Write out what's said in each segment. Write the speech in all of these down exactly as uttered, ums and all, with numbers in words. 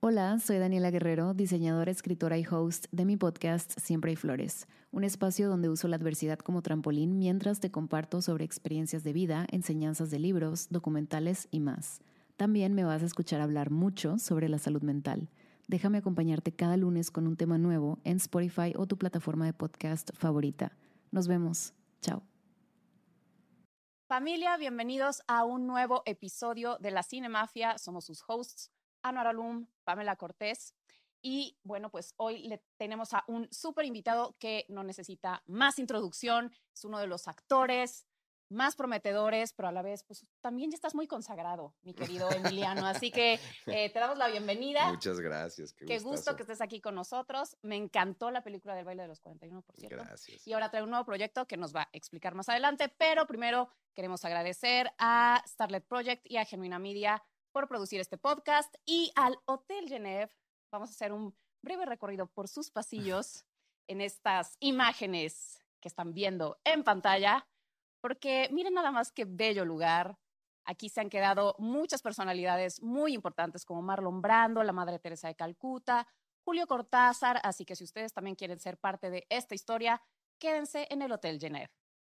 Hola, soy Daniela Guerrero, diseñadora, escritora y host de mi podcast Siempre hay Flores, un espacio donde uso la adversidad como trampolín mientras te comparto sobre experiencias de vida, enseñanzas de libros, documentales y más. También me vas a escuchar hablar mucho sobre la salud mental. Déjame acompañarte cada lunes con un tema nuevo en Spotify o tu plataforma de podcast favorita. Nos vemos. Chao. Familia, bienvenidos a un nuevo episodio de La Cinemafia. Somos sus hosts, Anuar Alum, Pamela Cortés. Y bueno, pues hoy le tenemos a un súper invitado que no necesita más introducción. Es uno de los actores más prometedores, pero a la vez, pues también ya estás muy consagrado, mi querido Emiliano. Así que eh, te damos la bienvenida. Muchas gracias. Qué, Qué gusto que estés aquí con nosotros. Me encantó la película del baile de los cuarenta y uno, por cierto. Gracias. Y ahora trae un nuevo proyecto que nos va a explicar más adelante, pero primero queremos agradecer a Starlet Project y a Genuina Media por producir este podcast y al Hotel Genève. Vamos a hacer un breve recorrido por sus pasillos en estas imágenes que están viendo en pantalla, porque miren nada más qué bello lugar. Aquí se han quedado muchas personalidades muy importantes como Marlon Brando, la Madre Teresa de Calcuta, Julio Cortázar, así que si ustedes también quieren ser parte de esta historia, quédense en el Hotel Genève.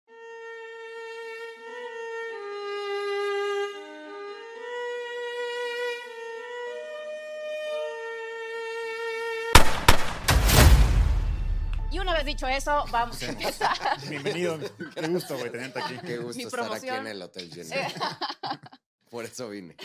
Y una vez dicho eso, vamos a empezar. Bienvenido, qué gusto, güey, tenerte aquí. Qué gusto Mi estar promoción. aquí en el Hotel Genève. Por eso vine.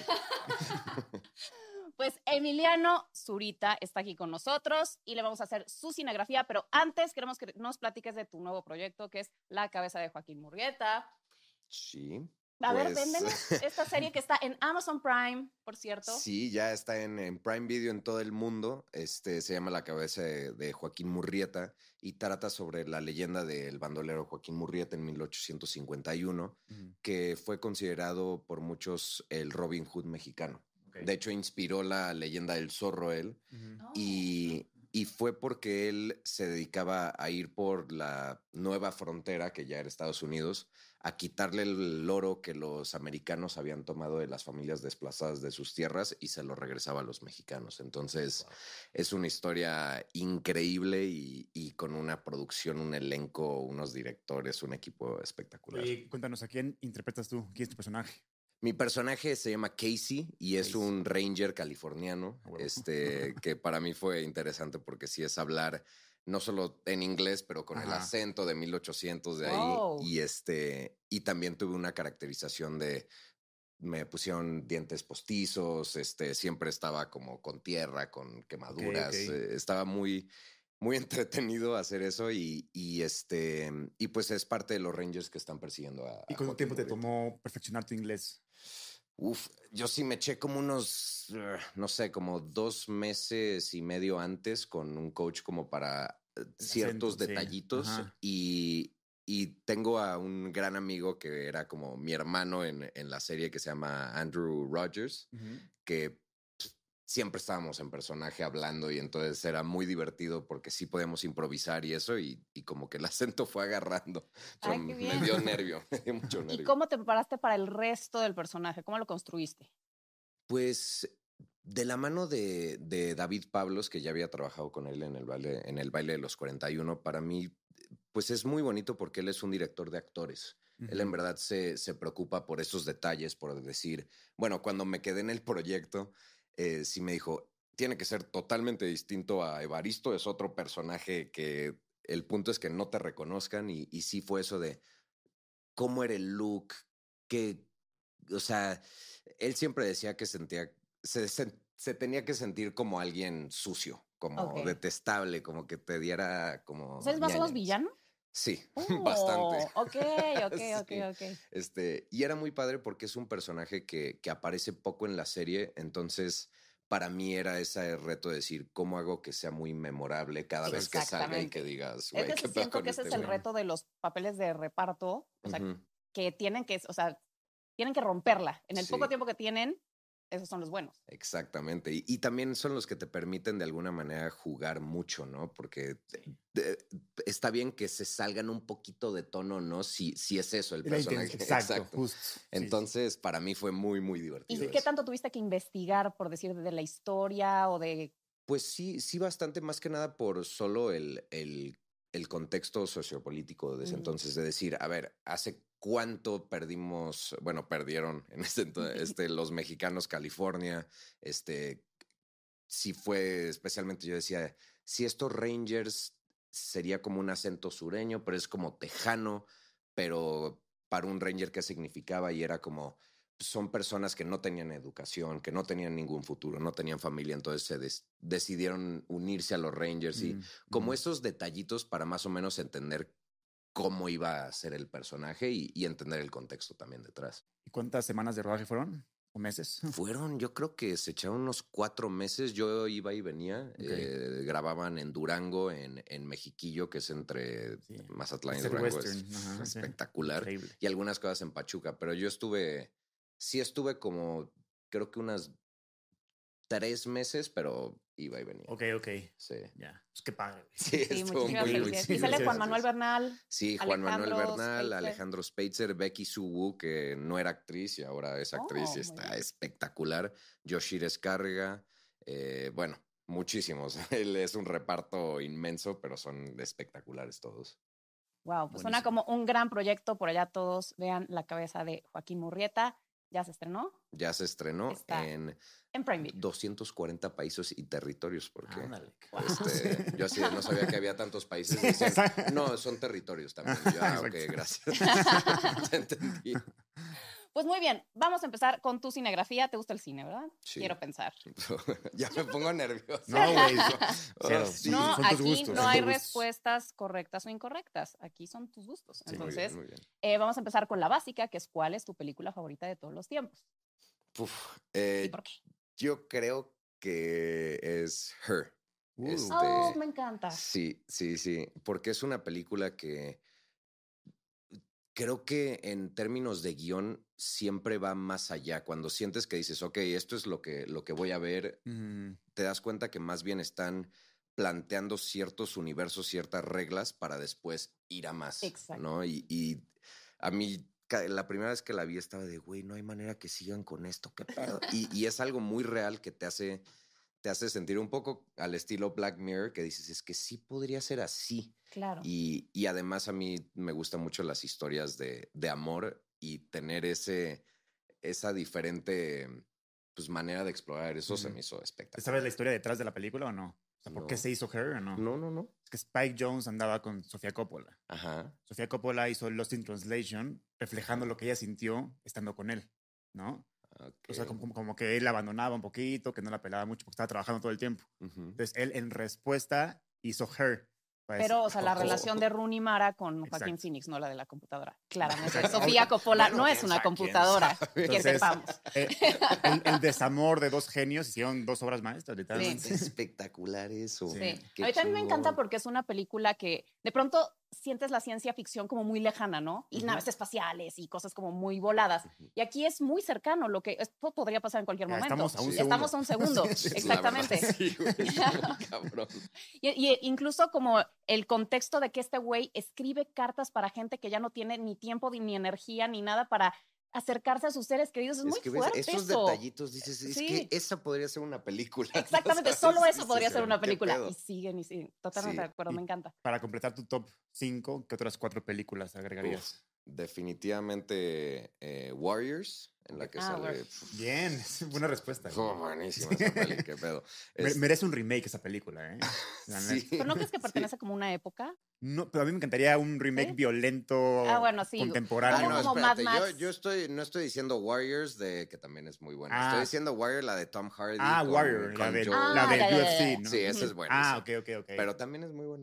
Pues Emiliano Zurita está aquí con nosotros y le vamos a hacer su cinegrafía, pero antes queremos que nos platiques de tu nuevo proyecto, que es La cabeza de Joaquín Murrieta. Sí. A pues... ver, véndenos esta serie que está en Amazon Prime, por cierto. Sí, ya está en, en Prime Video en todo el mundo. Este, se llama La cabeza de, de Joaquín Murrieta y trata sobre la leyenda del bandolero Joaquín Murrieta en mil ochocientos cincuenta y uno, uh-huh. que fue considerado por muchos el Robin Hood mexicano. Okay. De hecho, inspiró la leyenda del zorro él uh-huh. y, y fue porque él se dedicaba a ir por la nueva frontera, que ya era Estados Unidos, a quitarle el oro que los americanos habían tomado de las familias desplazadas de sus tierras y se lo regresaba a los mexicanos. Entonces, wow. es una historia increíble y, y con una producción, un elenco, unos directores, un equipo espectacular. Y cuéntanos, ¿a quién interpretas tú? ¿Quién es tu personaje? Mi personaje se llama Casey y es Casey. un ranger californiano, oh, bueno. este, que para mí fue interesante porque sí es hablar no solo en inglés, pero con Ajá. el acento de mil ochocientos de ahí. Wow. Y, este, y también tuve una caracterización de, me pusieron dientes postizos, este, siempre estaba como con tierra, con quemaduras. Okay, okay. Eh, estaba muy, muy entretenido hacer eso y, y, este, y pues es parte de los rangers que están persiguiendo a... ¿Y cuánto tiempo te tomó perfeccionar tu inglés? Uf, yo sí me eché como unos, no sé, como dos meses y medio antes con un coach como para ciertos acento, detallitos sí. y, y tengo a un gran amigo que era como mi hermano en, en la serie que se llama Andrew Rogers, uh-huh. que pff, siempre estábamos en personaje hablando y entonces era muy divertido porque sí podíamos improvisar y eso y, y como que el acento fue agarrando. Ay, me dio nervio, me dio mucho nervio. ¿Y cómo te preparaste para el resto del personaje? ¿Cómo lo construiste? Pues de la mano de, de David Pablos, que ya había trabajado con él en el baile, en el baile de los cuarenta y uno, para mí, pues es muy bonito porque él es un director de actores. Uh-huh. Él en verdad se, se preocupa por esos detalles, por decir, bueno, cuando me quedé en el proyecto, eh, sí me dijo, tiene que ser totalmente distinto a Evaristo, es otro personaje que el punto es que no te reconozcan y, y sí fue eso de cómo era el look, que, o sea, él siempre decía que sentía, se, se, se tenía que sentir como alguien sucio, como okay. detestable, como que te diera como... ¿O sea, ¿es más o menos villano? Sí, oh, bastante. Ok, ok, sí. ok, ok. Este, y era muy padre porque es un personaje que, que aparece poco en la serie, entonces para mí era ese reto de decir cómo hago que sea muy memorable cada sí, vez que salga y que digas, güey, es que qué siento que este ese es el güey? reto de los papeles de reparto, o sea, uh-huh. que tienen que, o sea, tienen que romperla. En el sí. poco tiempo que tienen, esos son los buenos. Exactamente. Y, y también son los que te permiten de alguna manera jugar mucho, ¿no? Porque Sí. de, está bien que se salgan un poquito de tono, ¿no? Si, si es eso el La personaje. intención, exacto, Exacto. justo. Sí, Entonces, sí. para mí fue muy, muy ¿Y divertido. qué eso. tanto tuviste que investigar, por decir, de la historia o de...? Pues sí, sí, bastante, más que nada por solo el, el, el contexto sociopolítico de ese Mm. entonces, de decir, a ver, ¿hace cuánto perdimos, bueno, perdieron en este, ento- este los mexicanos California? Este, si fue, especialmente yo decía, si estos Rangers sería como un acento sureño, pero es como tejano, pero para un Ranger, ¿qué significaba? Y era como, son personas que no tenían educación, que no tenían ningún futuro, no tenían familia, entonces se des- decidieron unirse a los Rangers y Mm, como mm. esos detallitos para más o menos entender cómo iba a ser el personaje y, y entender el contexto también detrás. ¿Y cuántas semanas de rodaje fueron? ¿O meses? Fueron, yo creo que se echaron unos cuatro meses. Yo iba y venía. Ok. eh, grababan en Durango, en, en Mexiquillo, que es entre Sí. Mazatlán y Es el Durango. western, Es ajá, sí. espectacular. Increíble. Y algunas cosas en Pachuca, pero yo estuve, sí estuve como, creo que unas tres meses, pero iba y venía. Ok, ok. Sí. Ya. Pues qué padre. güey. Sí, Sí, estuvo muchísimas muy, muy felicidades. sí, Y sale sí, Juan sí, Manuel sí. Bernal. Sí, Juan Manuel Alejandro Bernal, Speitzer. Alejandro Speitzer, Becky Suwu, que no era actriz y ahora es actriz Oh, y muy está bien. espectacular. Yoshir Escárrega, eh, bueno, muchísimos. Él es un reparto inmenso, pero son espectaculares todos. Wow, pues suena Buenísimo. como un gran proyecto. Por allá todos vean La cabeza de Joaquín Murrieta. Ya se estrenó Ya se estrenó Está en en Prime Video. doscientos cuarenta países y territorios, porque Ándale. este, yo así de no sabía que había tantos países. Decían, no, son territorios también. Y yo, ah, ok, Exacto. gracias. Ya entendí. Pues muy bien, vamos a empezar con tu cinegrafía. ¿Te gusta el cine, verdad? Sí. Quiero pensar. Ya me pongo nervioso. No, güey. Oh, Cero. sí. No, Son tus aquí gustos, no son hay tus gustos. respuestas correctas o incorrectas. Aquí son tus gustos. Sí. Muy Entonces, bien, muy bien. eh, vamos a empezar con la básica, que es ¿cuál es tu película favorita de todos los tiempos? Uf, eh, ¿Y por qué? yo creo que es Her. Uh. Este, Oh, me encanta. Sí, sí, sí, porque es una película que creo que en términos de guión siempre va más allá. Cuando sientes que dices, ok, esto es lo que, lo que voy a ver, Mm, te das cuenta que más bien están planteando ciertos universos, ciertas reglas para después ir a más, Exacto. ¿no? Y, y a mí ca- la primera vez que la vi estaba de, güey, no hay manera que sigan con esto, qué pedo. Y, y es algo muy real que te hace, te hace sentir un poco al estilo Black Mirror, que dices, es que sí podría ser así. Claro. Y, y además a mí me gustan mucho las historias de, de amor y tener ese, esa diferente pues, manera de explorar eso se Ujú. me hizo espectacular. ¿Sabes la historia detrás de la película o no? O sea, ¿por qué No. se hizo Her o no? No, no, no. Es que Spike Jonze andaba con Sofía Coppola. Ajá. Sofía Coppola hizo Lost in Translation, reflejando lo que ella sintió estando con él, ¿no? O sea, Ok. como, como- como que él la abandonaba un poquito, que no la pelaba mucho porque estaba trabajando todo el tiempo. Ujú. Entonces, él en respuesta hizo Her. para Pero, decir, o sea, la "Oh". relación de Rooney Mara con Joaquín Exacto. Phoenix, no la de la computadora. Claramente. Exacto. Sofía Coppola Bueno, no es quién una sabe, quién computadora, sabe. que Entonces, sepamos. eh, el, el desamor de dos genios hicieron dos obras maestras, literalmente. Es espectacular eso. Sí. Sí. Qué A mí también me encanta chingón. porque es una película que de pronto sientes la ciencia ficción como muy lejana, ¿no? Y Ujú. naves espaciales y cosas como muy voladas. Ujú. Y aquí es muy cercano, lo que esto podría pasar en cualquier Ya, momento. estamos a un Sí. segundo. Estamos a un segundo, Sí, la verdad, exactamente. sí, güey, está muy cabrón. Y, y incluso como el contexto de que este güey escribe cartas para gente que ya no tiene ni tiempo ni energía ni nada para acercarse a sus seres queridos. Es, Es muy que ves fuerte esos eso. detallitos, dices, es Sí. que esa podría ser una película. ¿no? Exactamente, ¿Sabes? solo eso Dices, podría ser una ¿qué película. pedo? Y siguen y siguen. Totalmente Sí. de acuerdo, Y- me encanta. Para completar tu top cinco, ¿qué otras cuatro películas agregarías? Uf, definitivamente eh, Warriors, en la que Ah, sale. Warriors. pf, Bien, buena respuesta. oh, buenísima esa peli, qué pedo. Me- Es- merece un remake esa película, ¿eh? La sí, neta. ¿Pero no crees que sí. pertenece como a una época? No, pero a mí me encantaría un remake ¿Sí? violento, Ah, bueno, sí. Ah, contemporáneo. Algo no, como espérate, Mad yo, Max. yo estoy, no estoy diciendo Warriors, de que también es muy buena. Ah. Estoy diciendo Warrior, la de Tom Hardy. Ah, con- Warrior, la con de, Joe- Ah, la de ya, ya, U ya, F C, ya. ¿no? Sí, esa es buena. Ah, ok, ok, ok. Pero también es muy buena.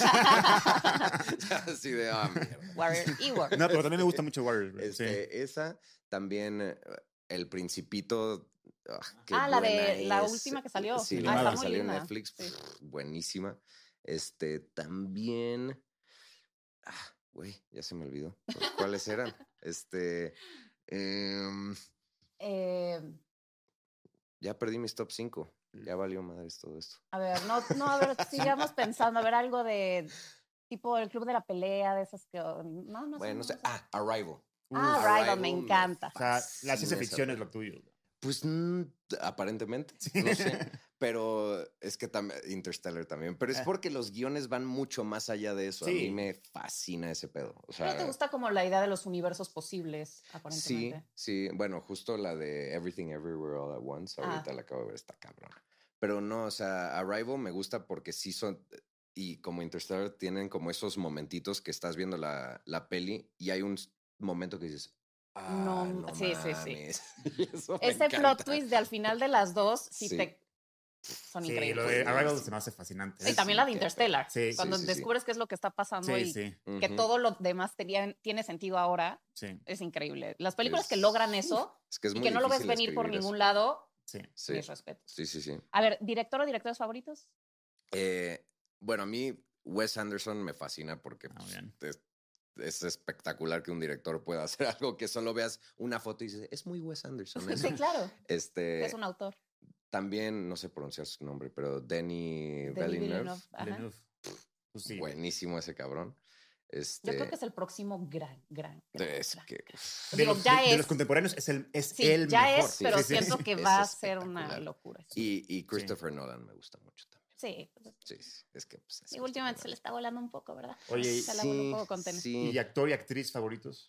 Ah. Warriors. Así de, ah, mierda. Warrior y Warrior. No, pero también me gusta mucho Warrior. güey, sí. Este, Esa, también eh, El Principito. ah, qué Ah, la de- buena la es. última que salió. Sí, Ah, la está que muy salió en linda. Netflix. Sí. pff, buenísima. Este, también. Ah, güey, ya se me olvidó. ¿Cuáles eran? Este. em, Eh, Ya perdí mis top cinco. Ya valió madres todo esto. A ver, no, no, a ver, sigamos pensando. A ver, algo de tipo el club de la pelea, de esas que... No, no Bueno, no sé. sé. Ah, Arrival. Ah, Uf, Arrival, me Arrival me encanta. O sea, la fascina ciencia esa ficción es peli. lo tuyo. Pues mm, aparentemente, no sé, pero es que también Interstellar también, pero es Eh. porque los guiones van mucho más allá de eso. A Sí. mí me fascina ese pedo. O Pero sea, te gusta como la idea de los universos posibles, sí, aparentemente. sí, bueno, justo la de Everything Everywhere All at Once, ahorita Ah. la acabo de ver, está cabrón. Pero no, o sea, Arrival me gusta porque sí son, y como Interstellar tienen como esos momentitos que estás viendo la, la peli y hay un s- momento que dices, ah, No, no, sí, sí, sí. mames. Y eso me Ese plot encanta. twist de al final de las dos, sí, Sí. te... Son Sí, increíbles. lo de Arrival Buenísimo. se me hace fascinante. Sí, Sí, también la de qué Interstellar. pedo. Sí, Cuando sí, sí, sí. descubres qué es lo que está pasando Sí, y sí, que Ujú. todo lo demás tenía- tiene sentido ahora, sí, es increíble. Las películas que Es- logran eso Es que es y muy que no lo ves difícil venir por escribir ningún eso. lado, sí. Sí, mis respetos. sí, sí, sí. A ver, ¿director o directores favoritos? Eh, bueno, a mí Wes Anderson me fascina porque Ah, pues, bien. es, es espectacular que un director pueda hacer algo que solo veas una foto y dices, es muy Wes Anderson. eso". Sí, claro. Este, Es un autor. También, no sé pronunciar su nombre, pero Denis Denis Villeneuve. Villeneuve. Ajá. Villeneuve. Pues sí. Buenísimo ese cabrón. Este, Yo creo que es el próximo gran, gran, gran. es gran. que De Digo, los, ya de, de es. los contemporáneos es el, es Sí, el ya mejor. es, pero Sí, sí, siento sí. que Es va a ser una espectacular. locura. Y, y Christopher Nolan me gusta mucho también. Sí, pues, Sí, sí, es que pues, es y últimamente se Christopher le está volando un poco, ¿verdad? Oye, se la voló un Sí, poco con tenis. sí. ¿Y actor y actriz favoritos?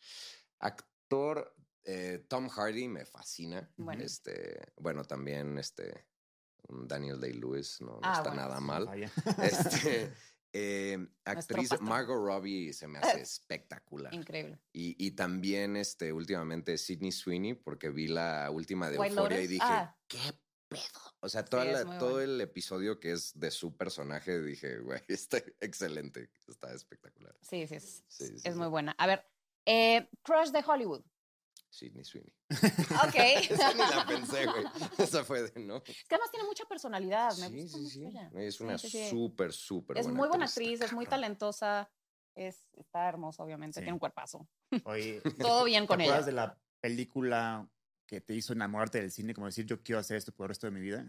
Actor, eh, Tom Hardy me fascina. Bueno. Este, bueno, también este, un Daniel Day-Lewis no, no Ah, está bueno, nada sí. mal. Vaya. Este, eh, actriz pastor. Margot Robbie se me hace espectacular. Increíble. Y, y también este, últimamente Sydney Sweeney, porque vi la última de White Euphoria y Lotus. dije, Ah. ¿qué pedo? O sea, toda Sí, es la- muy todo buena. el episodio que es de su personaje, dije, güey, está excelente, está espectacular. Sí, sí, es, Sí, sí, es sí. muy buena. A ver, eh, Crush de Hollywood. Sydney Sweeney. Ok. Esa ni la pensé, güey. Esa fue de, ¿no? Es que además tiene mucha personalidad. Me Sí, gusta sí, mucho sí. ella. Es Sí, una sí, sí. súper, súper Es buena muy buena actriz, actriz, está es muy cabrón. talentosa. Es, está hermosa, obviamente. Sí. Tiene un cuerpazo. Oye, Todo bien ¿te con ella. acuerdas de la película que te hizo enamorarte del cine? Como decir, yo quiero hacer esto por el resto de mi vida.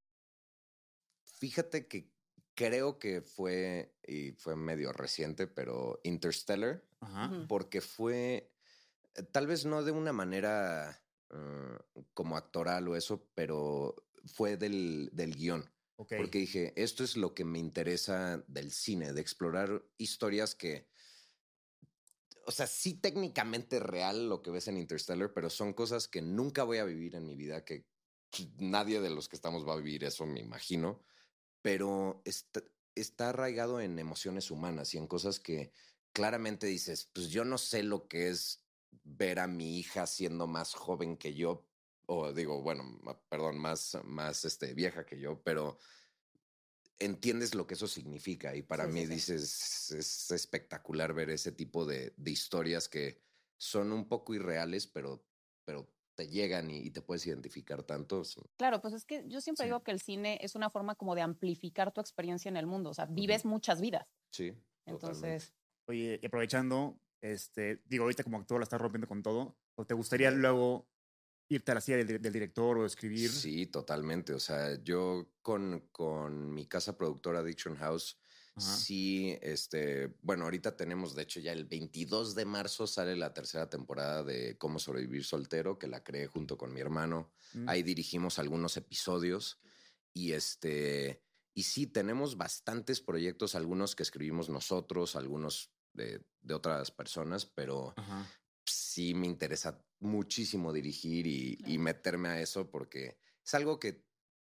Fíjate que creo que fue, y fue medio reciente, pero Interstellar, Ajá. Ujú. porque fue, eh, tal vez no de una manera eh, como actoral o eso, pero fue del, del guión. Ok. Porque dije, esto es lo que me interesa del cine, de explorar historias que, o sea, sí técnicamente real lo que ves en Interstellar, pero son cosas que nunca voy a vivir en mi vida, que nadie de los que estamos va a vivir eso, me imagino, pero está, está arraigado en emociones humanas y en cosas que claramente dices, pues yo no sé lo que es ver a mi hija siendo más joven que yo, o digo, bueno, ma- perdón, más, más este, vieja que yo, pero entiendes lo que eso significa y para Sí, mí sí, sí. dices, es espectacular ver ese tipo de, de historias que son un poco irreales, pero, pero te llegan y, y te puedes identificar tanto. Sí. Claro, pues es que yo siempre Sí. digo que el cine es una forma como de amplificar tu experiencia en el mundo. O sea, vives muchas vidas. Sí, totalmente. Entonces, Oye, y aprovechando, este, digo, ahorita como actor la estás rompiendo con todo, ¿o te gustaría luego irte a la silla del, del director o escribir? Sí, totalmente. O sea, yo con, con mi casa productora Addiction House, Ajá. sí, este, bueno, ahorita tenemos, de hecho, ya el veintidós de marzo sale la tercera temporada de Cómo sobrevivir soltero, que la creé junto con mi hermano. Mm. Ahí dirigimos algunos episodios y este, y sí, tenemos bastantes proyectos, algunos que escribimos nosotros, algunos de, de otras personas, pero Ajá. sí me interesa muchísimo dirigir y, Claro. y meterme a eso porque es algo que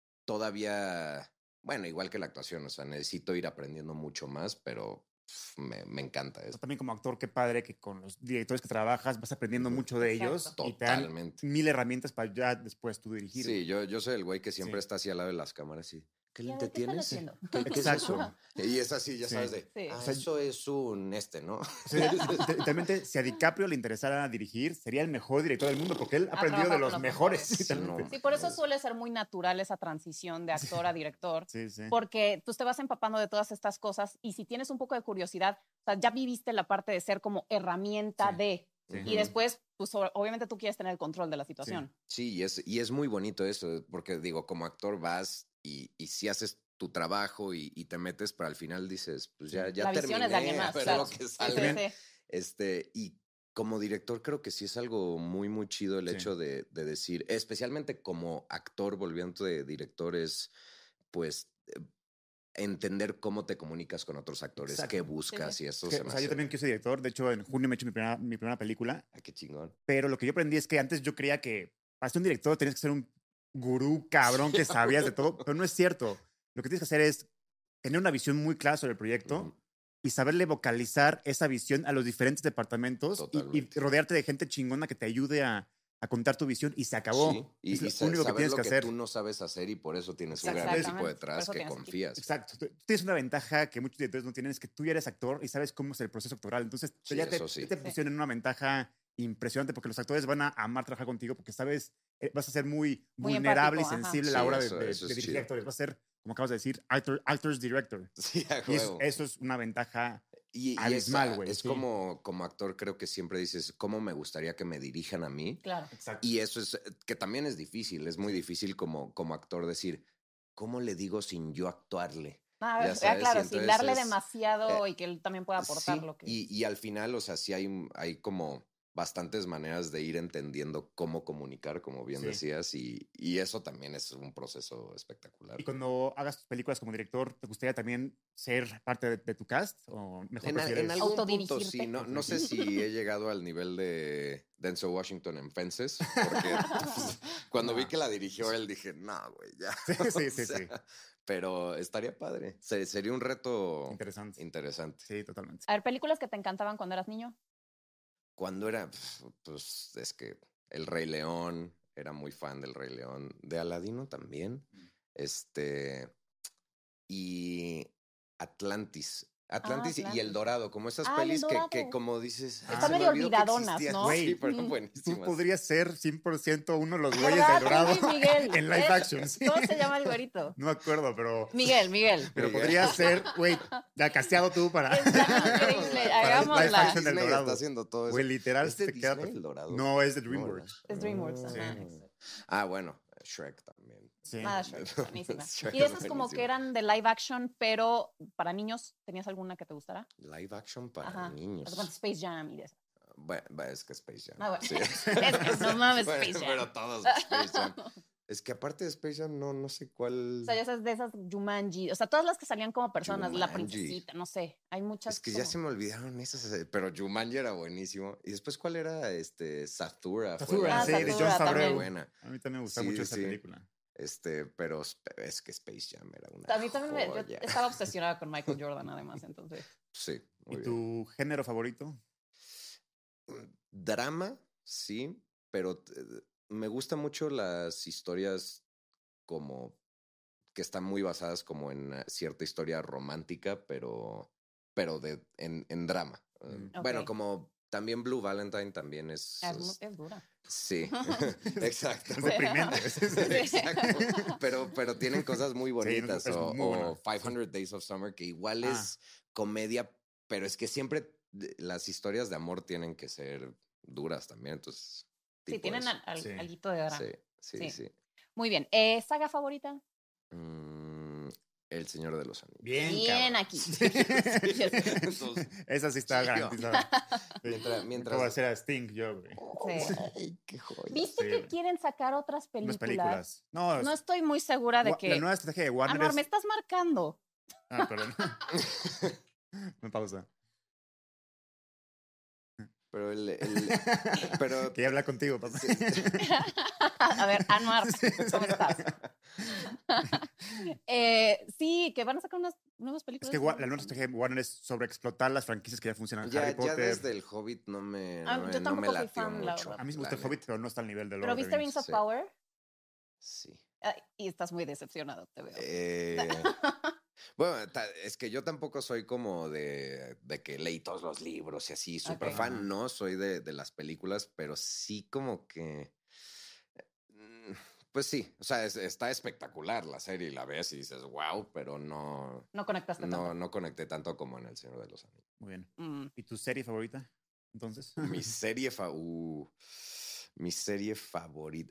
todavía, bueno, igual que la actuación, o sea, necesito ir aprendiendo mucho más, pero pf, me, me encanta O eso. sea, también como actor, qué padre que con los directores que trabajas vas aprendiendo Ujú. mucho de Exacto. ellos y te dan Totalmente. mil herramientas para ya después tú dirigir. Sí, yo, yo soy el güey que siempre Sí. está así al lado de las cámaras y ¿qué ¿y a lente ver, qué están tienes? haciendo? ¿Qué, qué es Exacto. eso? Y es así, ya Sí. sabes de, Sí. ah, O sea, eso es un este, ¿no? O sea, literalmente, si a DiCaprio le interesara dirigir, sería el mejor director del mundo porque él ha Ha aprendido de trabajado los con los mejores. mejores. literalmente. No. Sí, por eso Es- suele ser muy natural esa transición de actor a director, Sí, sí. porque tú te vas empapando de todas estas cosas y si tienes un poco de curiosidad, o sea, ya viviste la parte de ser como herramienta Sí. de, Sí. Y después, pues obviamente tú quieres tener el control de la situación. Sí, sí y, es, y es muy bonito eso, porque digo, como actor vas y, y si haces tu trabajo y, y te metes, pero al final dices, pues ya, ya la terminé, visión es de alguien más, a ver claro. lo que sale. Sí, sí, sí. Este, y como director creo que sí es algo muy, muy chido el Sí. hecho de, de decir, especialmente como actor, volviendo de directores, pues eh, entender cómo te comunicas con otros actores, Exacto. qué buscas Sí, sí. y eso Es que, se o me sea, hace... yo también quiero ser director. De hecho, en junio me he hecho mi primera, mi primera película. Ah, qué chingón. Pero lo que yo aprendí es que antes yo creía que para ser un director tenías que ser un gurú cabrón que sabías de todo, pero no es cierto. Lo que tienes que hacer es tener una visión muy clara sobre el proyecto Ujú. y saberle vocalizar esa visión a los diferentes departamentos y, y Totalmente. rodearte de gente chingona que te ayude a, a contar tu visión y se acabó. Sí, y, es lo y sa- único que saber tienes lo que que, hacer. tú no sabes hacer y por eso tienes un gran Exactamente. equipo Por detrás eso que tienes confías. Exacto. Tú tú tienes una ventaja que muchos directores no tienen, es que tú ya eres actor y sabes cómo es el proceso actoral. Entonces, Sí, ya te, eso sí. ya te pusieron en una ventaja impresionante porque los actores van a amar trabajar contigo porque sabes, eh, vas a ser muy, Muy vulnerable empático, y ajá. sensible a Sí, la hora de, eso- de- eso de es dirigir chido. actores. Vas a ser, como acabas de decir, actor, actors director. Sí, a Y es- huevo. eso es una ventaja Y, y es, abismal, ah, güey. es sí. como, como actor, creo que siempre dices, ¿cómo me gustaría que me dirijan a mí? Claro. Exacto. Y eso es, que también es difícil, es muy difícil como, como actor decir, ¿cómo le digo sin yo actuarle? Ah, Ya ah, sabes, y claro, sin entonces darle es- demasiado y que él también pueda aportar Sí, lo que... y, y al final, o sea, sí hay, hay como bastantes maneras de ir entendiendo cómo comunicar, como bien Sí. decías, y, y eso también es un proceso espectacular. Y cuando hagas tus películas como director, ¿te gustaría también ser parte de, de tu cast? ¿O mejor En, a- prefieres? en algún punto Autodirigirte. sí, no, no sé si he llegado al nivel de Denzel Washington en Fences, porque pues, cuando No. vi que la dirigió él dije, no, güey, ya. Sí, sí, O sí, sea, sí. Pero estaría padre, Se- sería un reto Interesante. interesante. Sí, totalmente. A ver, películas que te encantaban cuando eras niño. Cuando era, pf, pues es que El Rey León, era muy fan del Rey León, de Aladino también, este, y Atlantis. Atlantis y Atlantis. El Dorado, como esas Ah, El pelis que, Dorado. que como dices, Están se me medio olvidó que olvidadonas, existían. ¿no? Sí, pero Mm. buenísimas. Tú podrías ser cien por ciento uno de los güeyes ¿Verdad? del Dorado Tú, Luis Miguel. en live Es- action. Sí. ¿Cómo se llama el güerito? No me acuerdo, pero, Miguel, Miguel. pero Miguel. podrías ser, güey, ya casteado tú para, Está increíble. para live Hagámosla. action del Disney Dorado. está haciendo todo eso. Güey, literal, ¿Es de te queda Disney, perfecto. El Dorado? No, es de No, DreamWorks. Es DreamWorks, Ah, ajá. Ah, bueno, Shrek también. Sí. Nada, Shrek, buenísima. Shrek Y de es esas como buenísimo. que eran de live action, pero para niños, ¿tenías alguna que te gustara? Live action para Ajá. niños. Haz de cuenta, Space Jam y de esas. Bueno, va, es que Space Jam. Ah, bueno. Sí. Es que no mames, Bueno, Space Jam. Pero todos Space Jam. Es que aparte de Space Jam, no, no sé cuál. O sea, ya esas de esas Jumanji, o sea, todas las que salían como personas, la Jumanji. princesita, no sé, hay muchas. Es que ya como- se me olvidaron esas, eh, pero Jumanji era buenísimo. Y después, ¿cuál era? Este, Zathura. fue Zathura, la- sí, de fue Jon muy Favreau. buena. A mí también me gusta Sí, mucho esa sí. película. Este, pero sp- es que Space Jam era una A mí también me, yo joya. estaba obsesionada con Michael Jordan, además, entonces. Sí, muy ¿Y bien. tu género favorito? Drama, sí, pero eh, me gustan mucho las historias como que están muy basadas como en eh, cierta historia romántica, pero, pero de, en, en drama. Eh, Mm. Bueno, Ok. como también Blue Valentine también es... Es, mu- es- es dura. sí, exacto. Es deprimente. Exacto. Pero, pero tienen cosas muy bonitas. es o muy buena, o quinientos Days of Summer, que igual Ah. es comedia, pero es que siempre de- las historias de amor tienen que ser duras también. Entonces, Sí, tipo tienen eso. al, al- Sí. alguito de drama. Sí, sí, Sí. sí. Muy bien. Eh, ¿Saga favorita? Mm, El Señor de los Anillos. Bien, Bien cabrón. aquí. Entonces, Esa sí está Sí, garantizada. Mientras- Sí. mientras- Acabo de hacer a Sting yo, güey. Sí. Ay, qué joya. ¿Viste Sí, que güey. quieren sacar otras Unas películas? películas. No, No es- estoy muy segura de Wa- que. la nueva estrategia de Warner Amor, es... me estás marcando. Ah, perdón. Me pausa. Pero el, el- pero Quería hablar contigo, papá. Sí. A ver, Anwar, ¿cómo estás? Eh, sí, que van a sacar unas nuevas Es películas. que Wa- la nueva estrategia de Warner es sobreexplotar las franquicias que ya funcionan. ya, Harry ya Potter. desde el Hobbit no me, Ah, no me, yo no me tampoco soy latió fan, la mucho. verdad. A mí sí me la gusta el Hobbit, neta. pero no está al nivel de Lord ¿Pero of the viste Rings. Rings of sí. Power? Sí. Ah, y estás muy decepcionado, te veo. Eh, bueno, ta- es que yo tampoco soy como de, de que leí todos los libros y así, súper Ok. fan, no soy de, de las películas, pero sí como que... mm, Pues sí, o sea, es- está espectacular la serie y la ves y dices, wow, pero no, No conectaste no, tanto. no conecté tanto como en El Señor de los Anillos. Muy bien. Mm. ¿Y tu serie favorita? entonces. Mi serie fa uh, mi serie favorita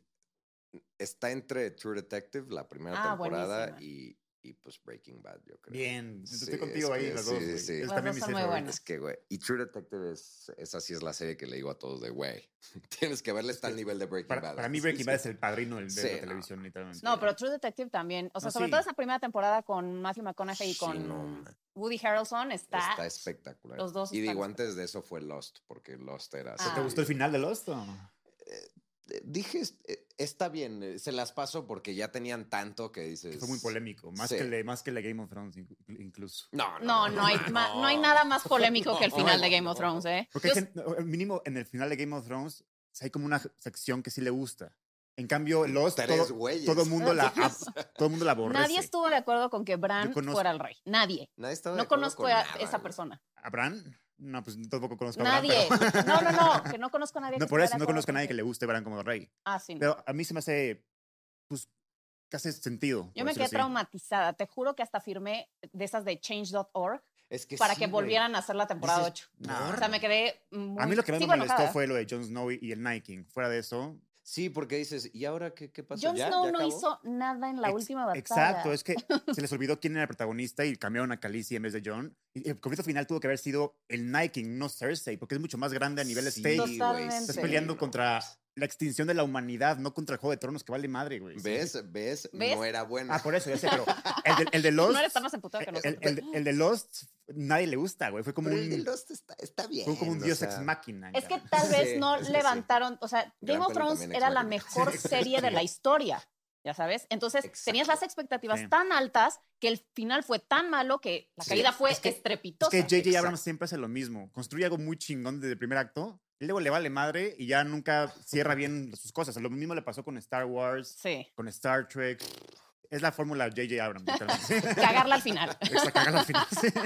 está entre True Detective, la primera Ah, temporada, buenísima. y, y pues Breaking Bad, yo creo. Bien, Sí, estoy contigo es ahí, que las sí, dos, güey. sí. Es Las también dos mi son serie muy favorita. buenas. Es que, güey, y True Detective es, esa sí es la serie que le digo a todos de, güey, tienes que verle, está al nivel de Breaking Para, Bad. para mí Sí, Breaking sí. Bad es el padrino del- de Sí, la no, televisión, no. literalmente. No, pero True Detective también. O sea, No, sobre sí. todo esa primera temporada con Matthew McConaughey y Sí, con no, man. Woody Harrelson está... Está espectacular. Los dos Y están digo, antes de eso fue Lost, porque Lost era así. Ah. ¿Te gustó el final de Lost? o? Eh, Dije, eh, está bien, eh, se las paso porque ya tenían tanto que dices... Que fue muy polémico, más, Sí. que el de, más que el de Game of Thrones inclu- incluso. No, No, no hay, ma- no hay nada más polémico que el final de Game of Thrones, ¿eh? Porque Yo- hay gente- no, mínimo en el final de Game of Thrones hay como una sección que sí le gusta. En cambio, Lost, Tres todo, güeyes. todo mundo la ab- todo mundo la aborrece. Nadie estuvo de acuerdo con que Bran Yo conozco- fuera el rey. Nadie. Nadie estaba de No acuerdo conozco con a nada, esa güey. persona. ¿A Bran? No, pues tampoco conozco a Nadie. Bran. pero- No, no, no. Que no conozco a nadie. No, que por esté eso de no acuerdo conozco a con nadie que le guste Bran como rey. Ah, sí. No. Pero a mí se me hace, pues, casi sentido. Yo por me decirlo quedé así. traumatizada. Te juro que hasta firmé de esas de change punto org Es que para sí, que güey. volvieran a hacer la temporada Dices, ocho. no, O sea, me quedé muy... A mí lo que más me sigo molestó enojada. fue lo de Jon Snow y el Night King. Fuera de eso. Sí, porque dices, ¿y ahora qué, qué pasó? Jon ¿Ya? Snow ¿Ya no acabó? hizo nada en la Ex- última batalla. Exacto, es que se les olvidó quién era el protagonista y cambiaron a Khaleesi en vez de Jon. Y el conflicto final tuvo que haber sido el Night King, no Cersei, porque es mucho más grande a nivel Sí, stage. güey, Totalmente. Estás Sí, peleando no contra mames. la extinción de la humanidad, no contra el Juego de Tronos, que vale madre, güey. ¿Ves? ¿Ves? ¿Ves? No era bueno. Ah, por eso, ya sé, pero el de, el de Lost... No eres tan más emputado que el, nosotros. el- el de Lost, nadie le gusta, güey. Fue como Pero un, el de Lost está, está bien. fue como un o dios sea, ex máquina. Es que cabrón. tal vez Sí, no es que sí. levantaron, o sea, Gran Game of peli Thrones también, era Ex la Machina. mejor Sí, serie de sí. la historia, ya sabes. Entonces tenías las Exacto. expectativas Sí. tan altas que el final fue tan malo que la Sí. caída fue Es que- estrepitosa. Es que J J Exacto. Abrams siempre hace lo mismo. Construye algo muy chingón desde el primer acto, y luego le vale madre y ya nunca cierra bien sus cosas. Lo mismo le pasó con Star Wars, Sí, con Star Trek. Es la fórmula J J Abrams, literalmente. cagarla al final. Exacto, cagarla al final. Sí.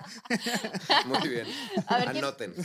Muy bien. A ver, ¿quién- Anoten.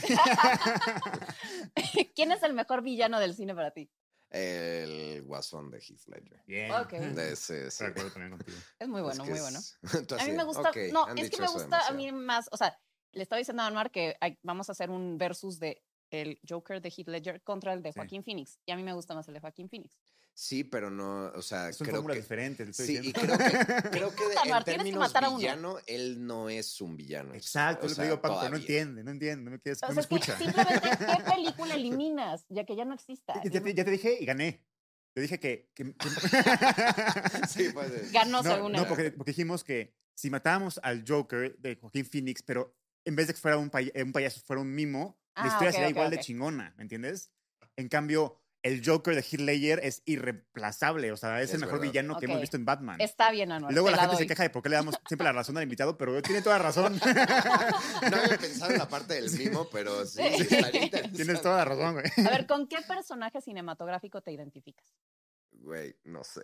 ¿Quién es el mejor villano del cine para ti? El guasón de Heath Ledger. Bien. Ok. De ese, sí. Estoy de acuerdo también contigo. Es muy bueno, Es que muy es- bueno. Tú A mí así, me gusta, ok, no, han es que dicho me eso gusta a demasiado. mí más, o sea, le estaba diciendo a Anwar que hay- vamos a hacer un versus de el Joker de Heath Ledger contra el de Sí. Joaquín Phoenix. Y a mí me gusta más el de Joaquín Phoenix. Sí, pero no, o sea, Son creo fórmulas que... diferentes, le estoy Sí, y diciendo. creo que, creo que de- Puta, Mar, en tienes que términos matar a uno. villano, él no es un villano. Exacto, O es lo que sea, digo, Paco, pero no todavía. entiende, no entiende, no me, quieres, O no sea, me es que escucha. simplemente, ¿qué película eliminas? Ya que ya no exista. Ya, ya te, ya te dije y gané. Te dije que... que- que- Sí, pues. Ganó no, según no él. porque, porque dijimos que si matábamos al Joker de Joaquín Phoenix, pero en vez de que fuera un, pay- un payaso, fuera un mimo, Ah, la historia ok, sería ok, igual ok. de chingona, ¿me entiendes? En cambio, el Joker de Heath Ledger es irreemplazable, o sea, es, Es el mejor verdad. villano que Ok. hemos visto en Batman. Está bien, Anwar. Y luego te la la gente se doy. queja de por qué le damos siempre la razón al invitado, pero tiene toda razón. No había pensado en la parte del mimo, pero sí, Sí. estaría interesante. Tienes toda la razón, güey. A ver, ¿con qué personaje cinematográfico te identificas? Güey, no sé.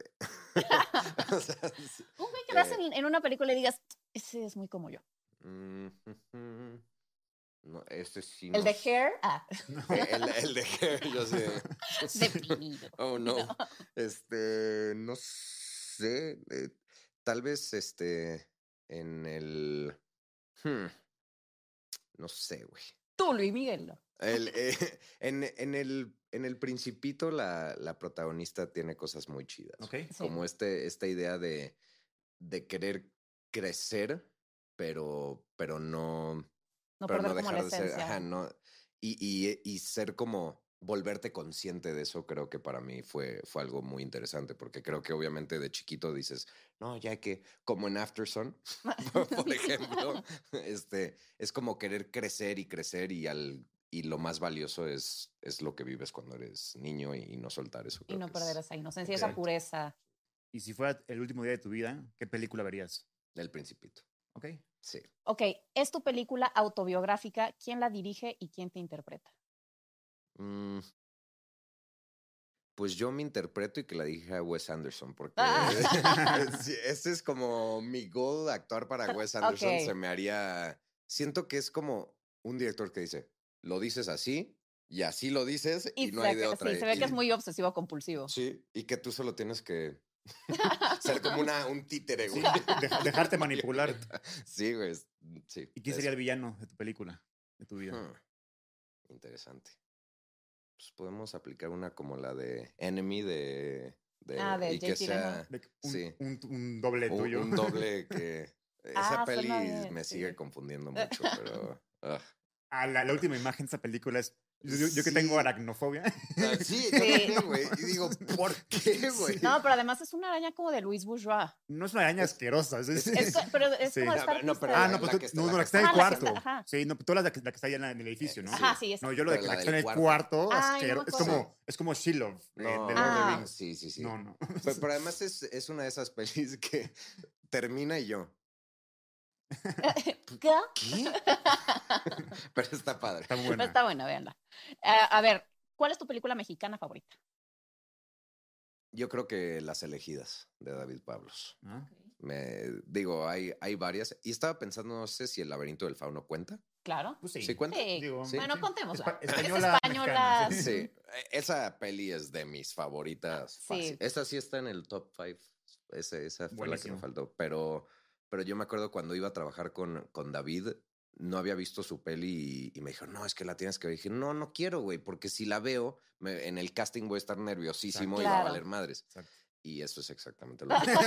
O sea, sí. Un güey que veas Eh. en, en una película y digas, ese es muy como yo. Mm, ujú. No, este sí El no de sé. Hair, ah, Eh, El, el de Hair, yo sé. deprimido. Oh, no. Este, no sé. eh, tal vez este, en el... hmm, no sé, güey. Tú, Luis Miguel. ¿no? El, eh, en, en, el, en el Principito la, la protagonista tiene cosas muy chidas. Ok. Sí. Como este, esta idea de, de querer crecer, pero, pero no... No pero perder no como dejar la de ser, esencia. ajá, no, y, y, y ser como volverte consciente de eso, creo que para mí fue, fue algo muy interesante, porque creo que obviamente de chiquito dices, no, ya hay que, como en Aftersun, por, por ejemplo, este, es como querer crecer y crecer y al y lo más valioso es, es lo que vives cuando eres niño y, y no soltar eso. Y creo no que perder es esa inocencia, Ok. esa pureza. Y si fuera el último día de tu vida, ¿qué película verías? El Principito, Ok. sí. Ok, es tu película autobiográfica. ¿Quién la dirige y quién te interpreta? Mm, pues yo me interpreto y que la dije a Wes Anderson, porque Ah. sí, ese es como mi goal, actuar para Wes Anderson. Ok. Se me haría. Siento que es como un director que dice: lo dices así y así lo dices y, Y no se, hay de ve- otra. sí, se ve Y- que es muy obsesivo compulsivo. Sí, y que tú solo tienes que ser como una, un títere, Sí, güey. deja- dejarte manipular. Sí, güey. es- Sí. ¿Y quién sería el villano de tu película, de tu vida? Hmm. Interesante. Pues podemos aplicar una como la de Enemy de... de Ah, de y que Jake sea, De que Un, sí, un, un doble un, tuyo. un doble que... Esa Ah, peli suena bien, me sí. sigue confundiendo mucho, pero... ah. Ah, la, la última imagen de esa película es... Yo, yo- yo que Sí. tengo aracnofobia. Ah, sí, yo Sí. también, güey. Y digo, ¿por qué, güey? No, pero además es una araña como de Luis Bourgeois. No es una araña Es- asquerosa. Es, es- Es co- pero es Sí. como No, esta pero- no, artista pero de- Ah, la- no, pues la tú- que está- no, la no, la que que está en el Ah, la que cuarto. está- ajá. Sí, no, todas las de, la que está allá en el edificio, ¿no? Ajá, sí, esa. No, yo lo de Pero que, la la que está en del el cuarto. cuarto, Ay, no asquero- me es, acuerdo. como, es como Shiloh de, No, de Lord of Ah. the Rings. sí, sí, sí. No, no. Pero, pero además es, es una de esas pelis que termina y yo. ¿Qué? ¿Qué? Pero está padre. Está Pero buena. está buena, véanla. Ah, a ver, ¿cuál es tu película mexicana favorita? Yo creo que Las elegidas de David Pablos. ¿No? Me digo, hay, hay varias. Y estaba pensando, no sé si El laberinto del fauno cuenta. Claro. Pues sí. ¿Sí cuenta? Sí. Digo, Sí. Bueno, contémosla. Espa- Es española. española, mexicana, Sí, esa peli es de mis favoritas. Sí. Fácil. Esa sí está en el top five. Esa, esa fue la que Buenísimo. me faltó. Pero, pero yo me acuerdo cuando iba a trabajar con, con David, no había visto su peli y, y me dijo, no, es que la tienes que ver. Y dije, no, no quiero, güey, porque si la veo, me- en el casting voy a estar nerviosísimo Exacto. y va a Claro. valer madres. Exacto. Y eso es exactamente lo que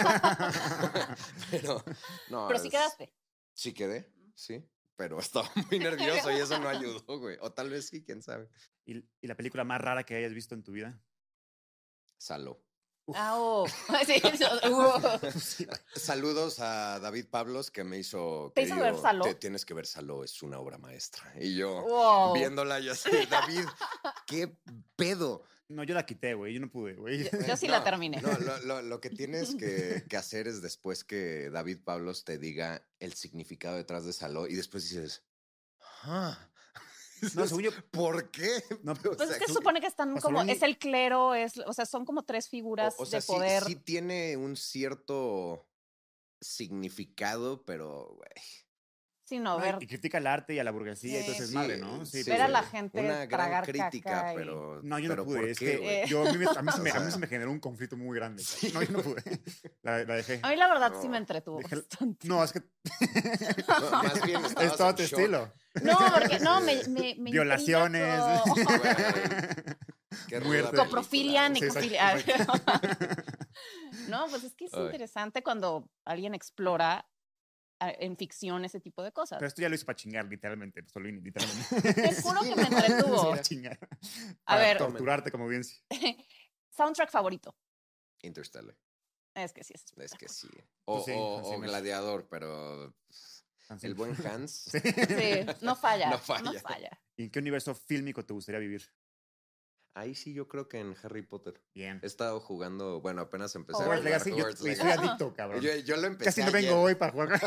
Pero, no. Pero sí es- quedaste. Sí quedé, sí. Pero estaba muy nervioso y eso no ayudó, güey. O tal vez sí, quién sabe. ¿Y, ¿Y la película más rara que hayas visto en tu vida? Saló. Uf. Ah, oh. Sí, eso- uh. Sí, Saludos a David Pablos que me hizo. ¿Te que hizo digo, ver Saló? "Te tienes que ver Saló, es una obra maestra. Y yo, Wow. viéndola, yo así, David, ¿qué pedo? No, yo la quité, güey. Yo no pude, güey. Yo sí la terminé. No, lo, lo- lo que tienes que, que hacer es después que David Pablos te diga el significado detrás de Saló y después dices, ah. No, según yo- ¿Por qué? No, O Pues sea, es que se tú- supone que están Pasolini- como, es el clero, es, o sea, son como tres figuras O, o sea, de sí- poder. Sí, tiene un cierto significado, pero, güey. Sí, no, No, ver, y critica el arte y a la burguesía y todo Sí. ese madre, ¿no? Sí, ver a sí. la gente Una gran tragar crítica, caca y- pero. No, yo pero no pude. ¿por Es qué, que güey? yo, a, mí, me- a, mí se O me, a mí sea. se me generó un conflicto muy grande. No, yo no pude. La, la dejé. A mí la verdad sí No, me entretuvo Dejé- bastante. No, es que No, más bien es estabas todo en tu shock. estilo. No, porque no, me, me, me Violaciones. intriga todo. Güey, qué ruda Muerte. película, Coprofilia, güey. Sí, necofilia. exacto. No, pues es que es Ay. interesante cuando alguien explora ah, en ficción ese tipo de cosas. Pero esto ya lo hice para chingar, literalmente. Pasolini, literalmente. Te juro que me entretuvo. Para chingar. A Para ver. torturarte como audiencia. Soundtrack favorito. Interstellar. Es que sí es. Es que sí. O, Pues sí, o- así o me- Gladiador, pero Así. el buen Hans. Sí. Sí, no falla. No No falla. falla. ¿Y en qué universo fílmico te gustaría vivir? Ahí sí yo creo que en Harry Potter. Bien. He estado jugando, bueno, apenas empecé Hogwarts a jugar Legacy, yo Hogwarts güey, soy Legacy. adicto, cabrón. Yo, yo lo empecé Casi no ayer. vengo hoy para jugar.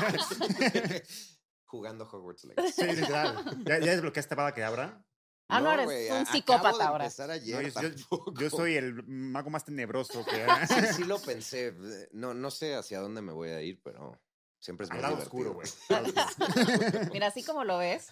Jugando Hogwarts Legacy. Sí, literal. ¿Ya, ya desbloqueaste Avada Kedavra? Ah, no, eres güey, un a- acabo psicópata de ahora. empezar ayer, No, yo, yo- tampoco. yo soy el mago más tenebroso que hay. Sí, sí lo pensé. No, no sé hacia dónde me voy a ir, pero siempre es Al más lado divertido. oscuro, güey. Al lado oscuro. Mira, así como lo ves.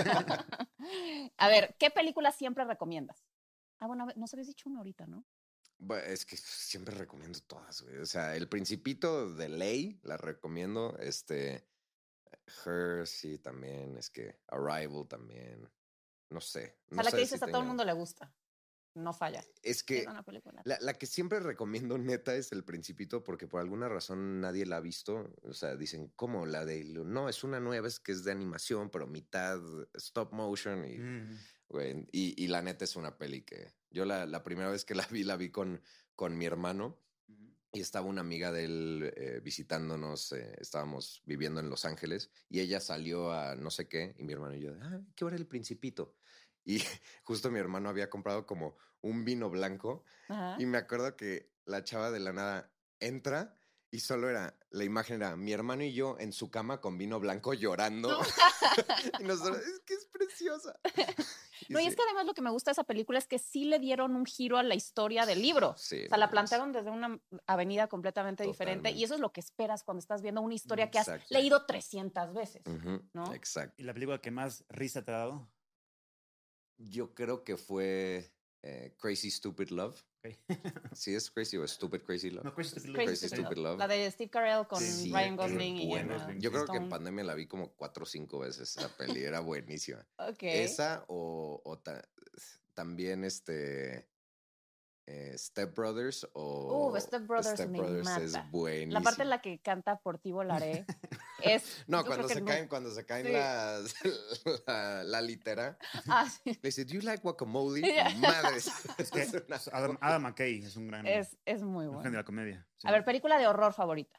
A ver, ¿qué película siempre recomiendas? Ah, bueno, a ver, nos habías dicho una ahorita, ¿no? Bueno, es que siempre recomiendo todas, güey. O sea, El Principito de ley la recomiendo. Este, Her, sí, también. Es que Arrival también. No sé. O No sea, la sé que dices si a todo el tenga- mundo le gusta. No falla. Es Es que una película. la, la que siempre recomiendo neta es El Principito porque por alguna razón nadie la ha visto. O sea, dicen, ¿cómo? La de... No, es una nueva, es que es de animación, pero mitad stop motion y... Mm. Güey, y, y la neta es una peli que yo la, la primera vez que la vi, la vi con, con mi hermano y estaba una amiga de él eh, visitándonos, eh, estábamos viviendo en Los Ángeles y ella salió a no sé qué y mi hermano y yo, ah, ¿qué hora El Principito? Y justo mi hermano había comprado como un vino blanco Ajá. y me acuerdo que la chava de la nada entra y solo era, la imagen era mi hermano y yo en su cama con vino blanco llorando. Y nosotros, es que es preciosa. No, y sí. es que además lo que me gusta de esa película es que sí le dieron un giro a la historia del libro. Sí, O sea, la no, plantearon desde una avenida completamente diferente Totalmente. y eso es lo que esperas cuando estás viendo una historia que has Exacto. leído trescientas veces. Ujú, ¿no? Exacto. ¿Y la película que más risa te ha dado? Yo creo que fue eh, Crazy Stupid Love. Ok. Sí, es Crazy o Stupid Crazy Love. No, Crazy Stupid Love. Crazy Crazy Stupid Stupid Love. La de Steve Carell con Sí, Ryan es Gosling y buena. Emma Yo creo que en Stone. pandemia la vi como cuatro o cinco veces. Esa peli era buenísima. Ok. Esa o, o ta- también este eh, Step Brothers o Uh, Step Brothers Step me Brothers mata. es buenísimo. La parte en la que canta Por ti volaré es... No, yo cuando creo que se, no- caen, cuando se caen Sí. las, la, la litera, Ah, sí. le dice, ¿Do you like guacamole? Yeah. Madres. Es que Es una Adam, Adam McKay es un gran Es, es muy un genio de bueno. la comedia. Sí. A ver, película de horror favorita.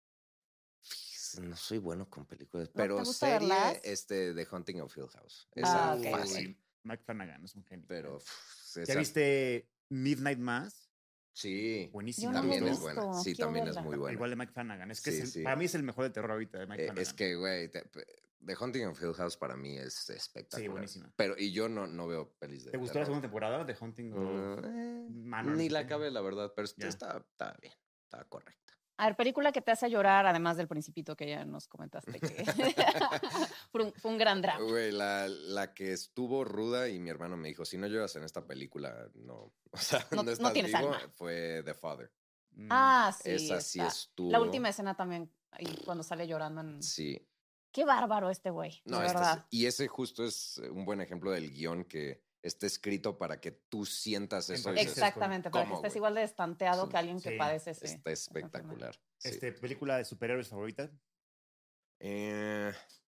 No soy bueno con películas, ¿No pero te gusta serie, verlas? este, The Haunting of Hill House. Ah, Esa ok, fácil, ok. Mike Flanagan es un genio. pero uf, ¿Ya esa- viste Midnight Mass? Sí, Buenísimo. Yo no también la he es visto, buena. Sí, quiero también verla. es muy buena. Igual de Mike Flanagan. Es que Sí, es el- sí. para mí es el mejor de terror ahorita de Mike Eh, Flanagan. es que, güey, te- The Haunting of Hill House para mí es espectacular. Sí, buenísima. Pero, y yo no, no veo pelis de ¿Te gustó la terror. segunda temporada de Haunting of Mm, eh, Manor? Ni no sé la qué? acabé, la verdad, pero Ya. está, está bien, está correcta. A ver, película que te hace llorar, además del Principito que ya nos comentaste que fue, un, fue un gran drama. Güey, la, la que estuvo ruda y mi hermano me dijo, si no lloras en esta película, no, o sea, No- no, no estás tienes vivo, alma. fue The Father. Mm, Ah, sí. Esa sí está. estuvo. La última escena también, ahí cuando sale llorando. En... Sí. Qué bárbaro este güey, No, de este es- verdad. y ese justo es un buen ejemplo del guión que está escrito para que tú sientas eso. y dices, Exactamente, para que ¿cómo, estés güey? igual de destanteado Sí. que alguien que Sí. padece ese. Está espectacular. sí. Este, ¿película de superhéroes favorita? Eh,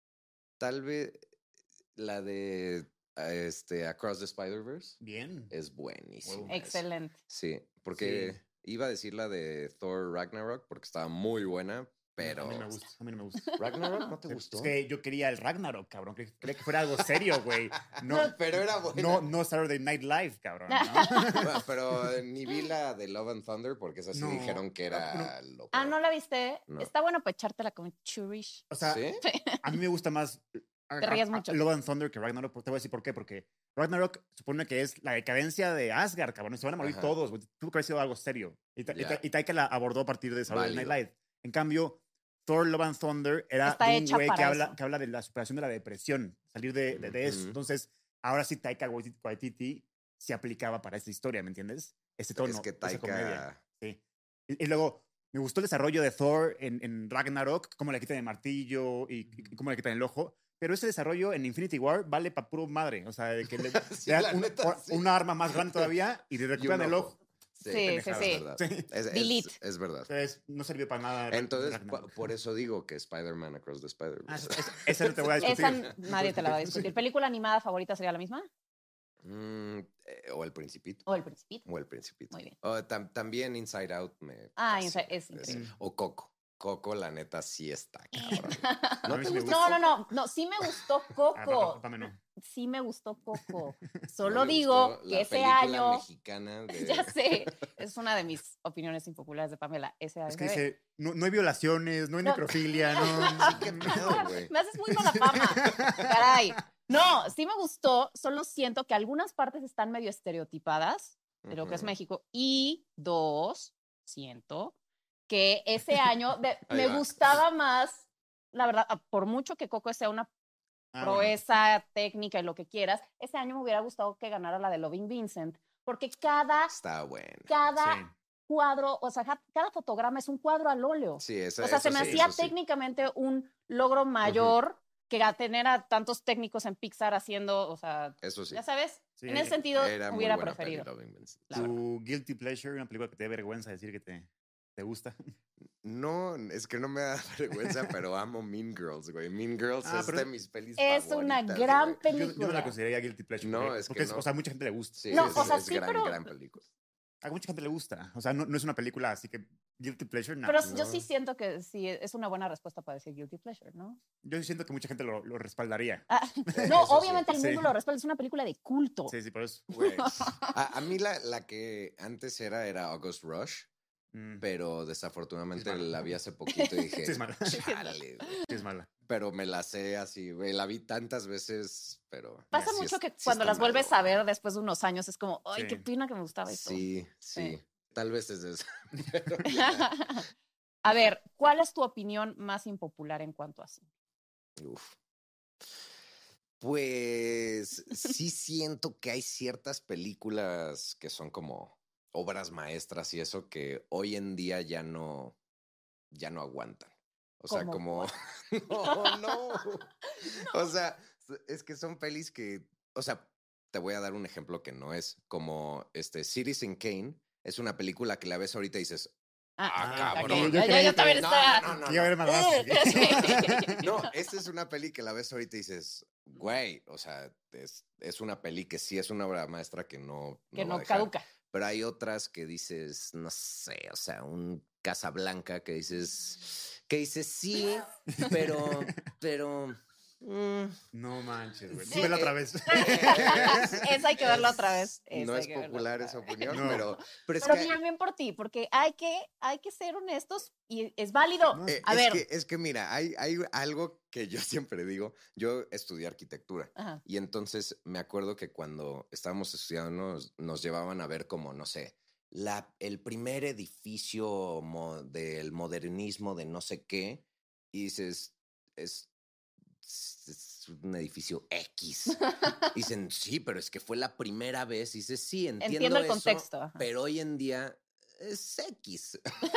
tal vez la de eh, este, Across the Spider-Verse Bien. es buenísima. Wow. esa. Excelente. Sí, porque Sí. iba a decir la de Thor Ragnarok porque estaba muy buena, pero... A mí no me gusta, a mí no me gusta. ¿Ragnarok no te gustó? Es que yo quería el Ragnarok, cabrón. que- Quería que fuera algo serio, güey. No, pero era buena. no, no Saturday Night Live, cabrón. ¿no? Bueno, pero eh, ni vi la de Love and Thunder porque esa sí No. dijeron que era lo Ah, peor. ¿no la viste? No. Está bueno para echártela con churish. O sea, ¿Sí? a mí me gusta más a- Te ríes a- a- mucho. Love and Thunder que Ragnarok. Te voy a decir por qué. Porque Ragnarok supone que es la decadencia de Asgard, cabrón. Se van a morir Ajá. todos, güey. Tuvo que haber sido algo serio. Y, Ta- y Ya. Ta- y Taika la abordó a partir de Saturday Night Válido. Live. En cambio, Thor Love and Thunder era Está de un hecha güey que para habla, eso. que habla de la superación de la depresión, salir de, de- de eso. Ujú. Entonces, ahora sí Taika Waititi, Waititi se aplicaba para esta historia, ¿me entiendes? Ese tono, es que esa comedia. Taika... Sí. Y, y luego, me gustó el desarrollo de Thor en, en Ragnarok, cómo le quitan el martillo y, y cómo le quitan el ojo. Pero ese desarrollo en Infinity War vale para puro madre. O sea, de que le, Sí, le dan la un- neta, o- sí. una arma más grande todavía y le y un recuperan el ojo. Sí, sí, pendejada, sí. Es verdad. Sí. Es, es- Delete. es verdad. Entonces, no sirvió para nada. Entonces, Ragnarok. po- por eso digo que Spider-Man Across the Ah, Spider-Verse. esa- esa- esa no te voy a discutir. Esa nadie te la va a discutir. ¿Película animada favorita sería la misma? Mm, eh, o El Principito. ¿O El Principito? O El Principito. Muy bien. O tam- también Inside Out me... Ah, fascina. Inside- es increíble. O Coco. Coco, la neta, sí está cabrón. A ¿No mí te sí me gusta No, no, Coco? no, no, sí me gustó Ah, Coco. dame no. Sí me gustó Coco. ¿No Solo le digo gustó que la ese película año, mexicana de... ya sé, es una de mis opiniones impopulares de Pamela. Ese Es que dice, no, no hay violaciones, no hay No. necrofilia, no. ¿Qué pedo, güey? Me haces muy mala fama. Caray. No, sí me gustó, solo siento que algunas partes están medio estereotipadas de lo que es Ujú. México. Y dos, siento que ese año de- Ahí me va. gustaba más, la verdad, ah, por mucho que Coco sea una Ah, bueno. proeza técnica y lo que quieras, ese año me hubiera gustado que ganara la de Loving Vincent, porque cada, Está bueno. cada Sí. cuadro, o sea, ja- cada fotograma es un cuadro al óleo. Sí, eso, O sea, eso se me sí, hacía eso sí. técnicamente un logro mayor que a tener a tantos técnicos en Pixar haciendo, o sea, Eso sí. ya sabes, Sí. en ese sentido Era muy hubiera buena peli, preferido. Loving Vincent. la verdad. Tu guilty pleasure, una película que te dé vergüenza decir que te, te gusta. No, es que no me da vergüenza, pero amo Mean Girls, güey. Mean Girls Ah, es pero- de mis pelis Es una favoritas, gran güey. Yo, yo no película. la consideraría guilty pleasure. No, porque- es que porque no. O sea, a mucha gente le gusta. Sí, No, es, o sea, es sí, gran, pero- gran película. A mucha gente le gusta. O sea, no, no es una película así que guilty pleasure, no. Pero no. yo sí siento que sí es una buena respuesta para decir guilty pleasure, ¿no? Yo siento que mucha gente lo, lo respaldaría. Ah, Eh, no, eso sí. obviamente el Sí. mundo lo respalda, es una película de culto. Sí, sí, por eso. Güey. A, a mí la, la que antes era era August Rush, Mm, pero desafortunadamente Es mala. la vi hace poquito y dije, Sí, es mala. chale, güey. Sí, es mala. Pero me la sé así, güey. La vi tantas veces, pero... Pasa sí mucho es- que sí cuando está las vuelves malo. a ver después de unos años es como, ay, Sí. qué pena que me gustaba esto. Sí, sí, Sí. Tal vez es eso. Pero ya. A ver, ¿cuál es tu opinión más impopular en cuanto a cine? Uf. Pues sí siento que hay ciertas películas que son como obras maestras y eso que hoy en día ya no, ya no aguantan. O sea, ¿Cómo? como... no, no. O sea, es que son pelis que... O sea, te voy a dar un ejemplo que no es. Como este Citizen Kane es una película que la ves ahorita y dices... Ah, Ah, cabrón. ok. Ya, ya, ya también No, está. no, no, Quiero ver no. más más. No, esta es una peli que la ves ahorita y dices, güey, o sea, es, es una peli que sí es una obra maestra que no, Que va no a dejar. caduca. Pero hay otras que dices, no sé, o sea, un Casablanca que dices, que dices sí, pero, pero... mm, No manches, güey. Sí. Vela otra vez. Esa hay que verla otra vez. No Esa hay es que verla popular otra esa vez. opinión, No. pero, pero es Pero que... bien, bien por ti, porque hay que, hay que ser honestos y es válido. No, Eh, A es, ver. que, es que mira, hay, hay algo que yo siempre digo. Yo estudié arquitectura Ajá. y entonces me acuerdo que cuando estábamos estudiando nos, nos llevaban a ver como, no sé, la, el primer edificio mo- del modernismo de no sé qué y dices, es, es un edificio X. Y dicen, sí, pero es que fue la primera vez. Y dices, sí, entiendo, Entiendo el eso, contexto. Ajá. pero hoy en día es X.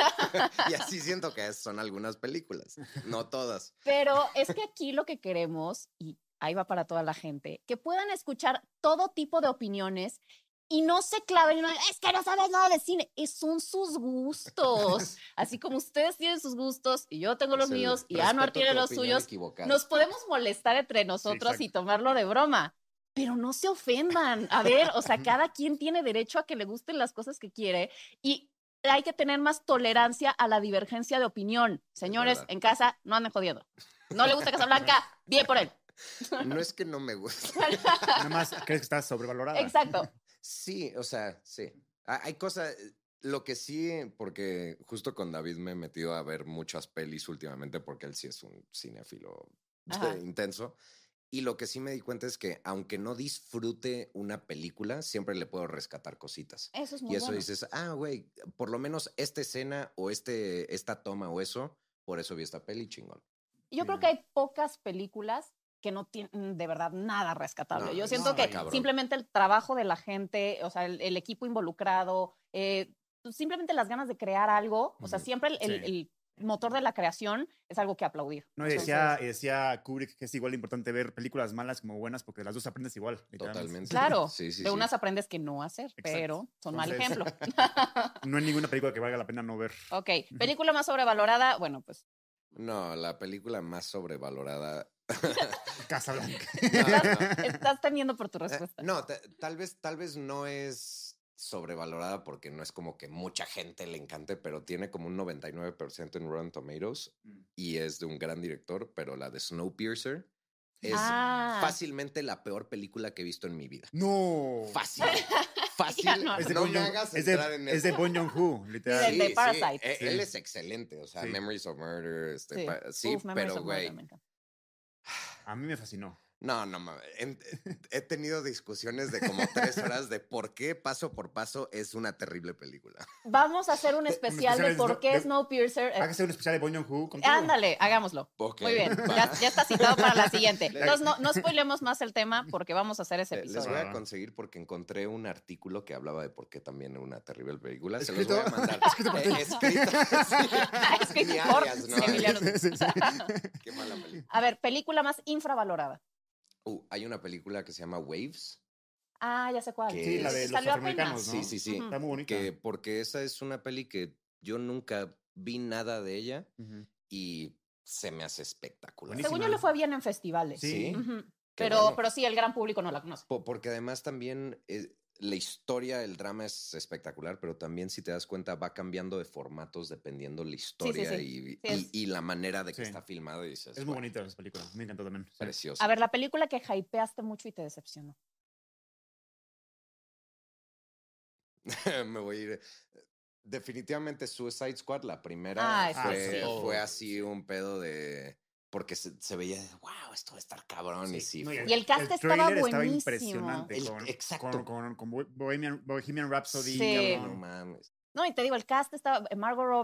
Y así siento que son algunas películas, no todas. Pero es que aquí lo que queremos, y ahí va para toda la gente, que puedan escuchar todo tipo de opiniones y no se claven, en, es que no sabes nada de cine, es- son sus gustos. Así como ustedes tienen sus gustos y yo tengo los Es el míos y respeto Anuar tu tiene los opinión suyos, equivocada. nos podemos molestar entre nosotros exacto. y tomarlo de broma. Pero no se ofendan. A ver, o sea, cada quien tiene derecho a que le gusten las cosas que quiere y hay que tener más tolerancia a la divergencia de opinión. Señores, verdad. en casa, no anden jodiendo. No le gusta Casablanca, bien por él. No es que no me guste. Nada más crees que está sobrevalorada. Exacto. Sí, o sea, sí. Ha- Hay cosas, lo que sí, porque justo con David me he metido a ver muchas pelis últimamente porque él sí es un cinéfilo Ajá. intenso. Y lo que sí me di cuenta es que aunque no disfrute una película, siempre le puedo rescatar cositas. Eso es muy Y eso bueno. dices, ah, güey, por lo menos esta escena o este, esta toma o eso, por eso vi esta peli chingón. Yo Sí. creo que hay pocas películas que no tienen de verdad nada rescatable. No, Yo es- siento no, que cabrón. simplemente el trabajo de la gente, o sea, el, el equipo involucrado, eh, pues, simplemente las ganas de crear algo, o sea, Ujú. siempre el, el- Sí. el motor de la creación es algo que aplaudir. No, y Entonces, decía, y decía Kubrick que es igual de importante ver películas malas como buenas porque las dos aprendes igual. literalmente. Totalmente. claro, Sí, sí, de sí. unas aprendes que no hacer, Exacto. pero son mal Entonces- ejemplo. No hay ninguna película que valga la pena no ver. Ok, película más sobrevalorada, bueno, pues No, la película más sobrevalorada. Casablanca. No, no. estás teniendo por tu Eh, respuesta. no, ta- tal vez, tal vez no es sobrevalorada porque no es como que mucha gente le encante, pero tiene como un noventa y nueve por ciento en Rotten Tomatoes y es de un gran director, pero la de Snowpiercer es Ah. fácilmente la peor película que he visto en mi vida. No. Fácil. Fácil. Ya no. Es de no Bong me Joon- hagas es de, entrar en es de eso. Bong Joon-ho, literal. Sí, de Parasite. eh, Sí. Él es excelente, o sea, Sí. Memories of Murder, este, Sí, pa- sí, Uf, Memories pero of Murder, güey, me encanta. A mí me fascinó. no, no mames. En- He tenido discusiones de como tres horas de por qué paso por paso es una terrible película. Vamos a hacer un especial especial de de- por qué de- Snowpiercer. eh, Hágase un especial de Bong Joon-ho contigo. Ándale, hagámoslo. Ok, Muy bien, va. ya, ya está citado para la siguiente. Le- Entonces, no, no spoilemos más el tema porque vamos a hacer ese Le- Les episodio. voy Va. a conseguir porque encontré un artículo que hablaba de por qué también era una terrible película. Se ¿Escrito? los voy a mandar. ¿Escrito por ti? Eh, escrito, sí. Escrito Ni por alias, ¿no? Emiliano. Sí, sí, sí. Qué mala película. A ver, película más infravalorada. Uh, hay una película que se llama Waves. Ah, ya sé cuál. Que Sí, la de los Salió afroamericanos, apenas. ¿no? Sí, sí, sí. Ujú. Está muy bonita. Que porque esa es una peli que yo nunca vi nada de ella Ujú. y se me hace espectacular. Buenísima. Según yo le fue bien en festivales. Sí. Ujú. Qué Pero, bueno. pero sí, el gran público no la conoce. Po- Porque además también eh, la historia, el drama es espectacular, pero también si te das cuenta va cambiando de formatos dependiendo la historia sí. Y, Sí, y- es- y la manera de que Sí. está filmada. Y dices, Es muy "Bueno, bonita esa película. Me encantó también. Sí. preciosa. A ver, la película que hypeaste mucho y te decepcionó. Me voy a ir. Definitivamente Suicide Squad, la primera, Ah, esa fue, sí. fue así un pedo de... Porque se, se veía, wow, esto va a estar cabrón. Y sí, No, fue. Y el cast estaba tráiler buenísimo. impresionante. El- con, exacto. Con, con, con Bohemian, Bohemian Rhapsody. Sí. No cabrón. mames. No, y te digo, el cast estaba, Margot Robbie,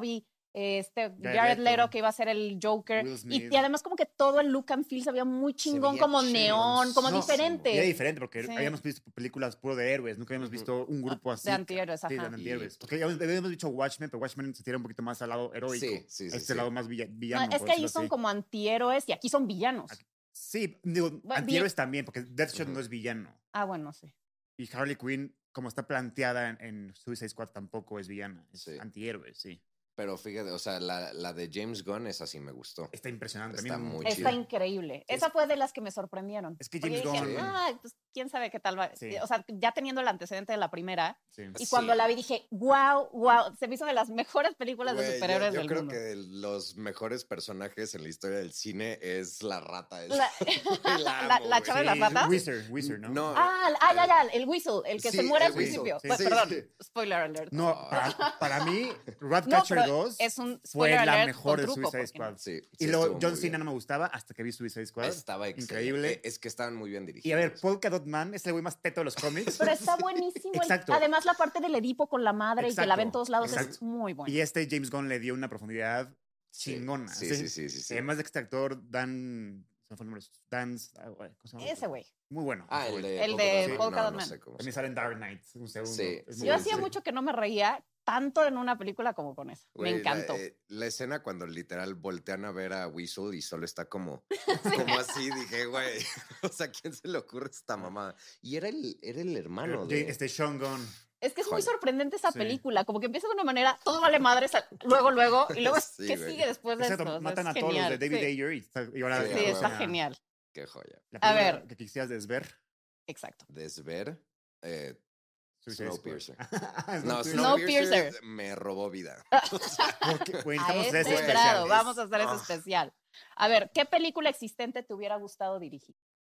este Jared Jared Leto, Leto, que iba a ser el Joker. Will Y, Smith. y además como que todo el look and feel se veía muy chingón, veía como neón, como chingoncísimo. diferente. Y era diferente porque Sí. habíamos visto películas puro de héroes, nunca habíamos Ujú. visto un grupo así. De antihéroes, Sí, de ajá. antihéroes. Porque ya habíamos habíamos dicho Watchmen, pero Watchmen se tira un poquito más al lado heroico. Sí, sí, sí, a este sí. lado más villa- No, villano. es por que ahí decirlo son así. como antihéroes y aquí son villanos. Aquí- Sí, digo, Bueno, antihéroes también, porque Deathshot Ujú. no es villano. Ah, bueno, sí. Y Harley Quinn, como está planteada en, en Suicide Squad, tampoco es villana. Es Sí. antihéroe, sí. Pero fíjate, o sea, la, la de James Gunn, esa sí me gustó. Está impresionante. A mí Está me- muy Está chido. increíble. Sí, Esa es- fue de las que me sorprendieron. Es que Porque James dije, Gunn- ah, pues quién sabe qué tal va. Sí. O sea, ya teniendo el antecedente de la primera. Sí. Y Sí. cuando la vi dije, wow, wow. Se me hizo de las mejores películas Güey, de yo- superhéroes yo, del creo mundo. que los mejores personajes en la historia del cine es la rata. esa. La, La la- amo, la güey. chava de las Sí, ratas. Wizard, Wizard, ¿no? No, Ah, ah, ya, ya, el whistle, el que Sí, se muere al el whistle, principio. sí, Pues, sí, perdón, sí. spoiler alert. No, Oh. para, para mí, No, Ratcatcher pero dos es un fue spoiler la alert mejor de con truco, Suicide porque no. Squad. Sí, Y sí, luego estuvo John muy Cena bien. no me gustaba hasta que vi Suicide Squad. Estaba excelente. Increíble. Es que estaban muy bien dirigidos. Y a ver, Polka Dot Man es el güey más teto de los cómics. Pero está buenísimo. el- Exacto. además, la parte del Edipo con la madre y que la ven en todos lados es exacto. muy buena. Y este James Gunn le dio una profundidad Sí, chingona. Sí, sí, sí, sí, sí. Además de que este actor, Dan... Se me fue el nombre. Dan... ah, güey, ¿cómo se llama? Ese güey. Muy bueno. Ah, ese el güey. de El de Polka Polka no, Dot no Man. sé cómo También se sale en Dark Knight. Un segundo. Sí, Es sí, muy Yo bueno. hacía sí. mucho que no me reía tanto en una película como con esa. Güey, me encantó. La, eh, la escena cuando literal voltean a ver a Whistle y solo está como, como así, dije, güey, o sea, ¿quién se le ocurre esta mamada? Y era el, era el hermano Eh, de... Este Sean Gunn. Es que es muy Joya. sorprendente esa Sí. película. Como que empieza de una manera, todo vale madre, sal- luego, luego, y luego, Sí, ¿qué güey. sigue después de Exacto, esto? O sea, matan es a todos los genial. de David Sí, Ayer y, está- y ahora... Sí, sí, Ah, está bueno. genial. Qué joya. La A película ver. que quisieras desver. Exacto. Desver, eh, Suicide Squad. Snowpiercer. Snowpiercer. No, Snowpiercer. Snowpiercer me robó vida. Porque, güey, A necesitamos hacer este ese güey. grado, especial. vamos a hacer ese Ah. especial. A ver, ¿qué película existente te hubiera gustado dirigir?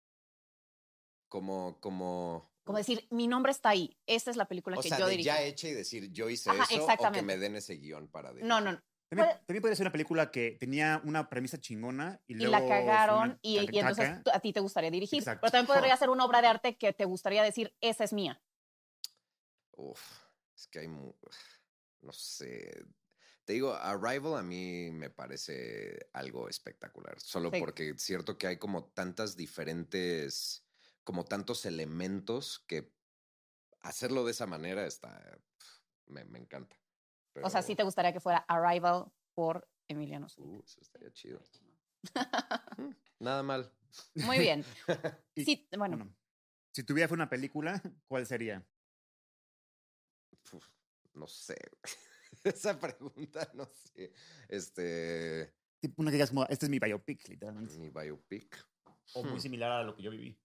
Como, como... Como decir, mi nombre está ahí. Esta es la película O que sea, yo de dirigí. ya hecha y decir, yo hice Ajá, eso, o que exactamente. me den ese guión para dirigir. No, no, no. También, Puede- también podría ser una película que tenía una premisa chingona y Y luego la fue cagaron una y, y caca- entonces caca. tú- a ti te gustaría dirigir. Exacto. Pero también podría ser una obra de arte que te gustaría decir, esa es mía. Uf, es que hay... mu- No sé... Te digo, Arrival a mí me parece algo espectacular. Solo Sí. porque es cierto que hay como tantas diferentes... Como tantos elementos que hacerlo de esa manera está... Me, me encanta. O sea, Pero- sí te gustaría que fuera Arrival por Emiliano Zúñiga. Uh, eso estaría chido. Mm, Nada mal. Muy bien. Y, Sí, bueno, bueno, si tuviera una película, ¿cuál sería? Uf, no sé. Esa pregunta, no sé. Este... Tipo una que digas como, este es mi biopic, literalmente. Mi biopic. O muy Hmm. similar a lo que yo viví.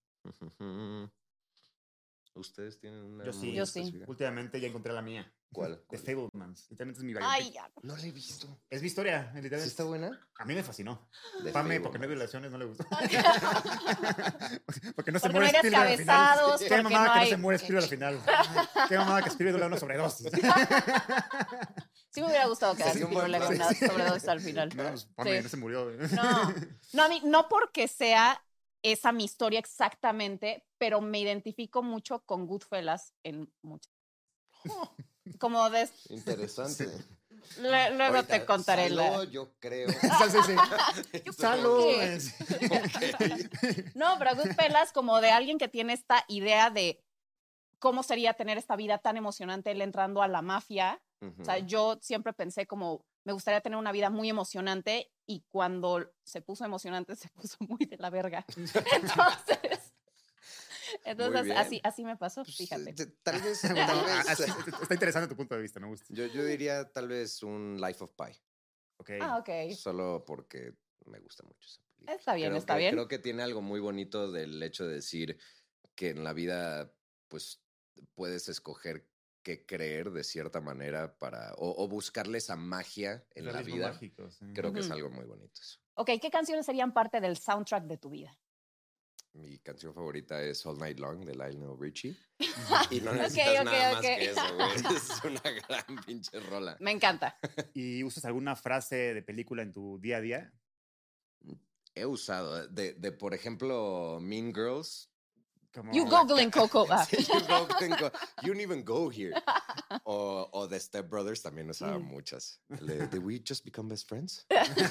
¿Ustedes tienen una? Yo sí. muy Yo sí. específica? Últimamente ya encontré la mía. ¿Cuál? The ¿Cuál? Fablemans. Literalmente es mi biopic. ay, ya. No la he visto. Es mi historia, ¿Sí literalmente. está buena? A mí me fascinó. The Pame, porque no hay Fablemans. violaciones, no le gustó. porque no se Porque no muere hay Spielberg al final. descabezados, Qué porque mamada no que no hay- se muere Spielberg al final. Qué mamada que Spielberg le da una sobredosis. Sí me hubiera gustado que a Sería un Spielberg le buen haga plan. una sobredosis al final. No, pues, Pame, Sí. no se murió. No, no, a mí, no porque sea esa mi historia exactamente, pero me identifico mucho con Goodfellas en muchas. Como de, Interesante. le- luego Ahorita, te contaré la. Saló, yo creo. Sí, sí. Yo Salud. creo que- No, pero Goodfellas como de alguien que tiene esta idea de cómo sería tener esta vida tan emocionante él entrando a la mafia. Ujú. O sea, yo siempre pensé como, me gustaría tener una vida muy emocionante y cuando se puso emocionante se puso muy de la verga. Entonces, entonces bien. así, así me pasó, Pues, fíjate. eh, Tal vez. Bueno, tal vez- así- está interesante tu punto de vista, me gusta. yo, yo diría tal vez un Life of Pi. Ok. Ah, ok. Solo porque me gusta mucho esa película. Está bien, Creo está que- bien. Creo que tiene algo muy bonito del hecho de decir que en la vida, pues, puedes escoger qué creer de cierta manera para. O, o buscarle esa magia en la Realismo vida. mágico, sí. Creo que es Ujú. algo muy bonito eso. Ok, ¿qué canciones serían parte del soundtrack de tu vida? Mi canción favorita es All Night Long de Lionel Richie. Y no Ok, necesitas ok, nada más ok. que eso, güey. Es una gran pinche rola. Me encanta. ¿Y usas alguna frase de película en tu día a día? He usado, de, de por ejemplo, Mean Girls, Como- You googling Coco. Ah. Sí, you, googling Co- you don't even go here. O, o The Step Brothers también usaba Mm. muchas. Le, Did we just become best friends?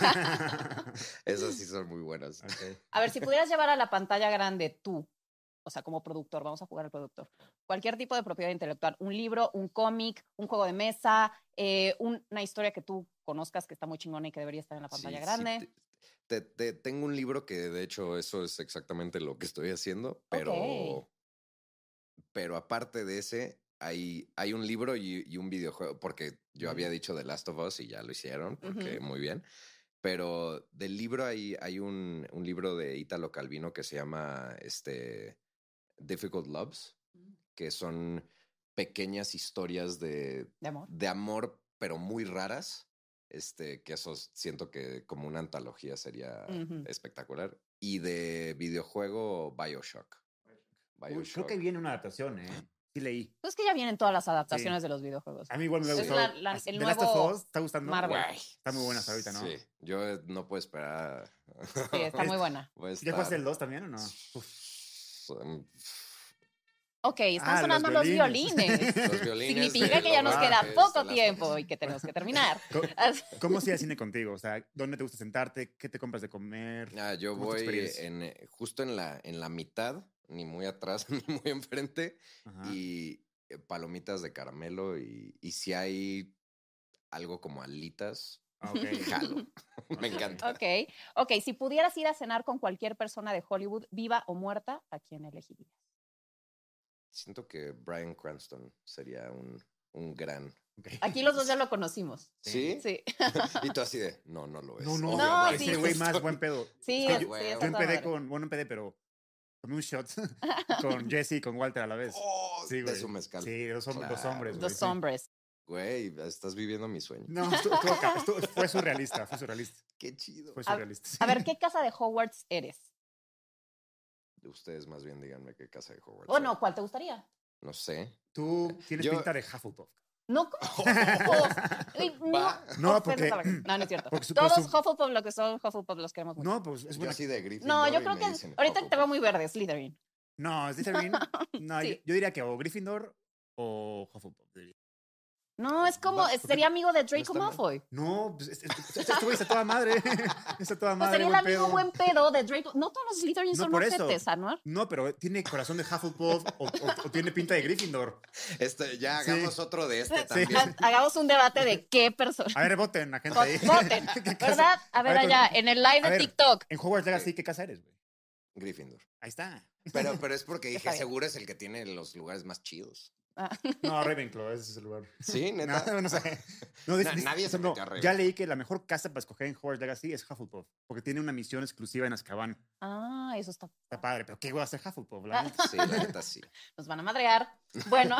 Esas sí son muy buenas. Ok. A ver, si pudieras llevar a la pantalla grande tú, o sea, como productor, vamos a jugar al productor, cualquier tipo de propiedad intelectual, un libro, un cómic, un juego de mesa, eh, un- una historia que tú conozcas que está muy chingona y que debería estar en la pantalla Sí, sí, grande. te- te- te- tengo un libro que de hecho eso es exactamente lo que estoy haciendo, pero, Ok. pero aparte de ese, hay, hay un libro y, y un videojuego, porque yo Mm. había dicho The Last of Us y ya lo hicieron, porque Ujú. muy bien. Pero del libro hay, hay un, un libro de Italo Calvino que se llama este, Difficult Loves, que son pequeñas historias de, De amor. de amor, pero muy raras. Este, que eso siento que como una antología sería Ujú. espectacular. Y de videojuego BioShock. Uy, creo BioShock. que viene una adaptación, ¿eh? Sí leí. Pues que ya vienen todas las adaptaciones de los videojuegos. A mí igual me ha Es gustado. la- la- As- el The Last of nuevo Us, ¿está gustando? Marvel. Güey. Está muy buena hasta ahorita, ¿no? Sí, yo eh, no puedo esperar. Sí, está muy buena. Voy a ¿Ya jugaste estar- el dos también o no? Uf. Um, Ok, están Ah, sonando los los violines. violines. Los violines. Significa de que ya nos Laura, queda que es poco The Last of tiempo Us. y que tenemos que terminar. Co- Así- ¿Cómo se al cine contigo? O sea, ¿dónde te gusta sentarte? ¿Qué te compras de comer? Ah, yo ¿Cómo es tu voy experiencia? en, eh, justo en la, en la mitad, ni muy atrás, ni muy enfrente, Ajá. y eh, palomitas de caramelo, y, y si hay algo como alitas, Ah, ok. jalo. Me encanta. Ok, ok. Si pudieras ir a cenar con cualquier persona de Hollywood, viva o muerta, ¿a quién elegirías? Siento que Bryan Cranston sería un, un gran. Ok. Aquí los dos ya lo conocimos. ¿Sí? Sí, Y tú así de, no, no lo es. No, no, Obvio, No, Bryan ese sí, güey sí. más buen pedo. sí, Es es- que sí, yo- está Yo toda empedé madre. con, bueno, empedé, pero tomé un shot con Jesse y con Walter a la vez. Oh, Sí, de güey. su mezcal. Sí, dos, hom- dos Claro, hombres, güey. Los sí. hombres. Güey, estás viviendo mi sueño. No, estuvo, estuvo ca- estuvo- fue surrealista, fue surrealista. Qué chido. Fue A- surrealista. A ver, ¿qué casa de Hogwarts eres? Ustedes más bien díganme qué casa de Hogwarts. O no, soy. ¿cuál te gustaría? No sé. Tú tienes Yo- pinta de Hufflepuff. No, ¿cómo? Uy, no, Va. No, ofendes porque- a la gente. No, no es cierto. porque su- Todos pues su- Hufflepuff, lo que son Hufflepuff, los queremos mucho. No, pues es Yo buena. así de Gryffindor. No, yo y creo me que dicen ahorita te Hufflepuff. veo muy verde, Slytherin. No, Slytherin. No, Sí. yo, yo diría que o Gryffindor o Hufflepuff. diría. No, es como, Va, es- ¿por qué? sería amigo de Draco está mal. Malfoy. No, pues es- es- es- este güey está toda madre. Está toda Pues madre. sería el buen amigo pedo. buen pedo de Draco. No todos los Slytherin No, son por eso. ojetes, Anuar. No, pero tiene corazón de Hufflepuff o, o- o tiene pinta de Gryffindor. Este, ya Sí. hagamos otro de este Sí. también. Ha- Hagamos un debate de qué persona. A ver, voten, la gente ahí. Voten, ¿Qué casa- ¿verdad? A ver A ver, allá, con- en el live a de ver. TikTok. En Hogwarts Legacy, ¿qué casa eres, güey? Gryffindor. Ahí está. Pero, pero es porque Está dije, bien. seguro es el que tiene los lugares más chidos. Ah, No, Ravenclaw, ese es el lugar. Sí, neta. No, no sé. No, dice- Na- dice- nadie se no, metió a Ravenclaw. ya leí que la mejor casa para escoger en Hogwarts Legacy es Hufflepuff, porque tiene una misión exclusiva en Azkaban. ah, eso está. Está padre, pero ¿qué voy a hacer Hufflepuff? La Ah. neta? Sí, la neta sí. Nos van a madrear. Bueno,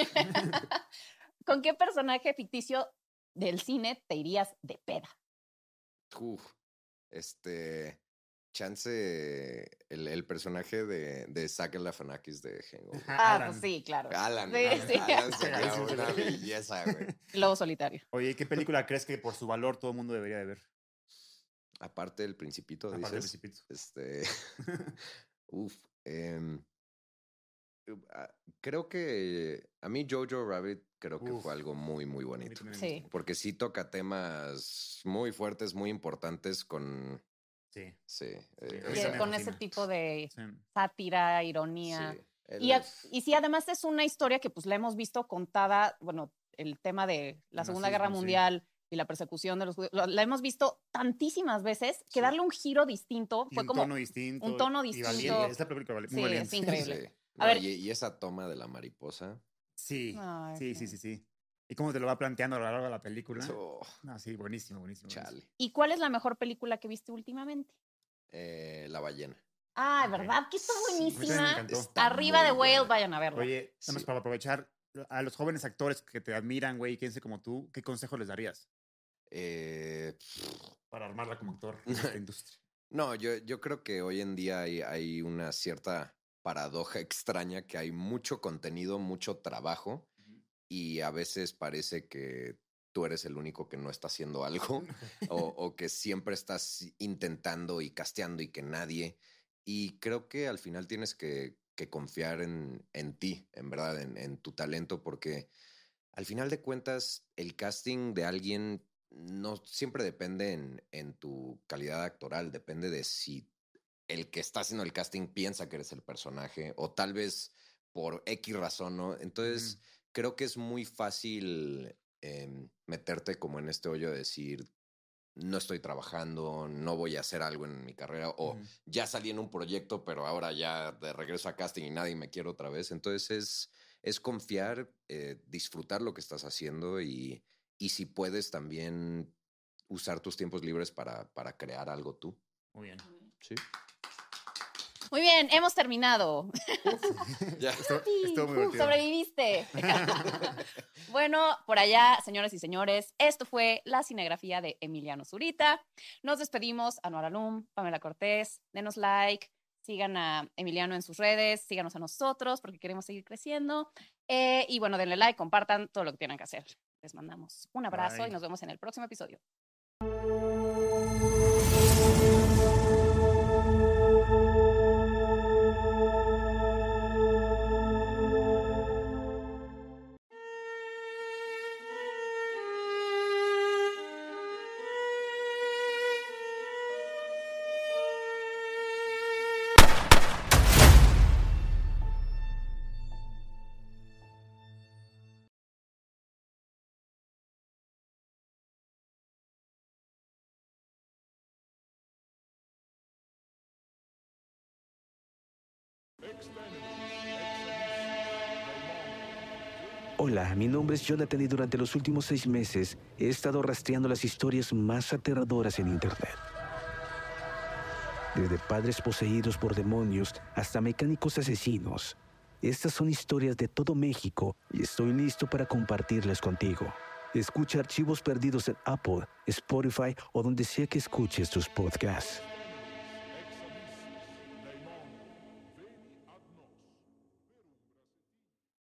¿con qué personaje ficticio del cine te irías de peda? Uf, este. Chance, el, el personaje de, de Zack Galifianakis de Hangover. Ajá, Ah, Alan. pues sí, claro. Alan, Sí, Alan, sí. Alan sería Cagadísimo. una belleza, güey. Lobo solitario. Oye, ¿qué película crees que por su valor todo el mundo debería de ver? Aparte del Principito, Aparte del dices. Principito. Este. Uf. em, ah, creo que a mí Jojo Rabbit creo que Uf. fue algo muy, muy A mí bonito. también me Sí. gustó. Porque sí toca temas muy fuertes, muy importantes con. Sí. Sí. eh, Sí, Y Esa eh, me con ese fascina. tipo de Sí. sátira, ironía. sí, él Y, a- es- y sí, además es una historia que pues la hemos visto contada, bueno, el tema de la El Segunda Guerra nazismo, sí. Mundial y la persecución de los judíos, la la hemos visto tantísimas veces que Sí. darle un giro distinto Y fue un como, tono distinto. un tono y distinto. valiente. Es la película vali- Sí, muy es valiente. increíble. sí. A No, ver. y, y esa toma de la mariposa. Sí. Ay, Sí, sí. sí, sí, sí. Y cómo te lo va planteando a lo largo de la película. Oh, No, sí, buenísimo, buenísimo. buenísimo. chale. ¿Y cuál es la mejor película que viste últimamente? Eh, la ballena. Ah, Ok. ¿verdad? Que está Sí, A mí también me buenísima. encantó. Está Arriba de muy Whale, buena. vayan a verla. Oye, nada más Sí. para aprovechar a los jóvenes actores que te admiran, güey, y que piensen como tú, ¿qué consejo les darías Eh, para armarla como actor en esta industria? no, yo, yo creo que hoy en día hay, hay una cierta paradoja extraña que hay mucho contenido, mucho trabajo y a veces parece que tú eres el único que no está haciendo algo o, o que siempre estás intentando y casteando y que nadie. Y creo que al final tienes que que confiar en, en ti, en verdad, en, en tu talento, porque al final de cuentas el casting de alguien no siempre depende en, en tu calidad actoral, depende de si el que está haciendo el casting piensa que eres el personaje o tal vez por X razón, ¿no? Entonces, mm. creo que es muy fácil eh, meterte como en este hoyo de decir, no estoy trabajando, no voy a hacer algo en mi carrera o mm. ya salí en un proyecto, pero ahora ya de regreso a casting y nadie me quiere otra vez. Entonces, es, es confiar, eh, disfrutar lo que estás haciendo y, y si puedes también usar tus tiempos libres para, para crear algo tú. Muy bien. Sí. Muy bien, hemos terminado. Ya. Estuvo, estuvo muy divertido. Sobreviviste. Bueno, por allá, señoras y señores, esto fue la cinegrafía de Emiliano Zurita. Nos despedimos. Anuar Alum, Pamela Cortés, denos like, sigan a Emiliano en sus redes, síganos a nosotros porque queremos seguir creciendo. Eh, y bueno, denle like, compartan todo lo que tienen que hacer. Les mandamos un abrazo Bye. Y nos vemos en el próximo episodio. Hola, mi nombre es Jonathan y durante los últimos seis meses he estado rastreando las historias más aterradoras en Internet. Desde padres poseídos por demonios hasta mecánicos asesinos. Estas son historias de todo México y estoy listo para compartirlas contigo. Escucha Archivos Perdidos en Apple, Spotify o donde sea que escuches tus podcasts.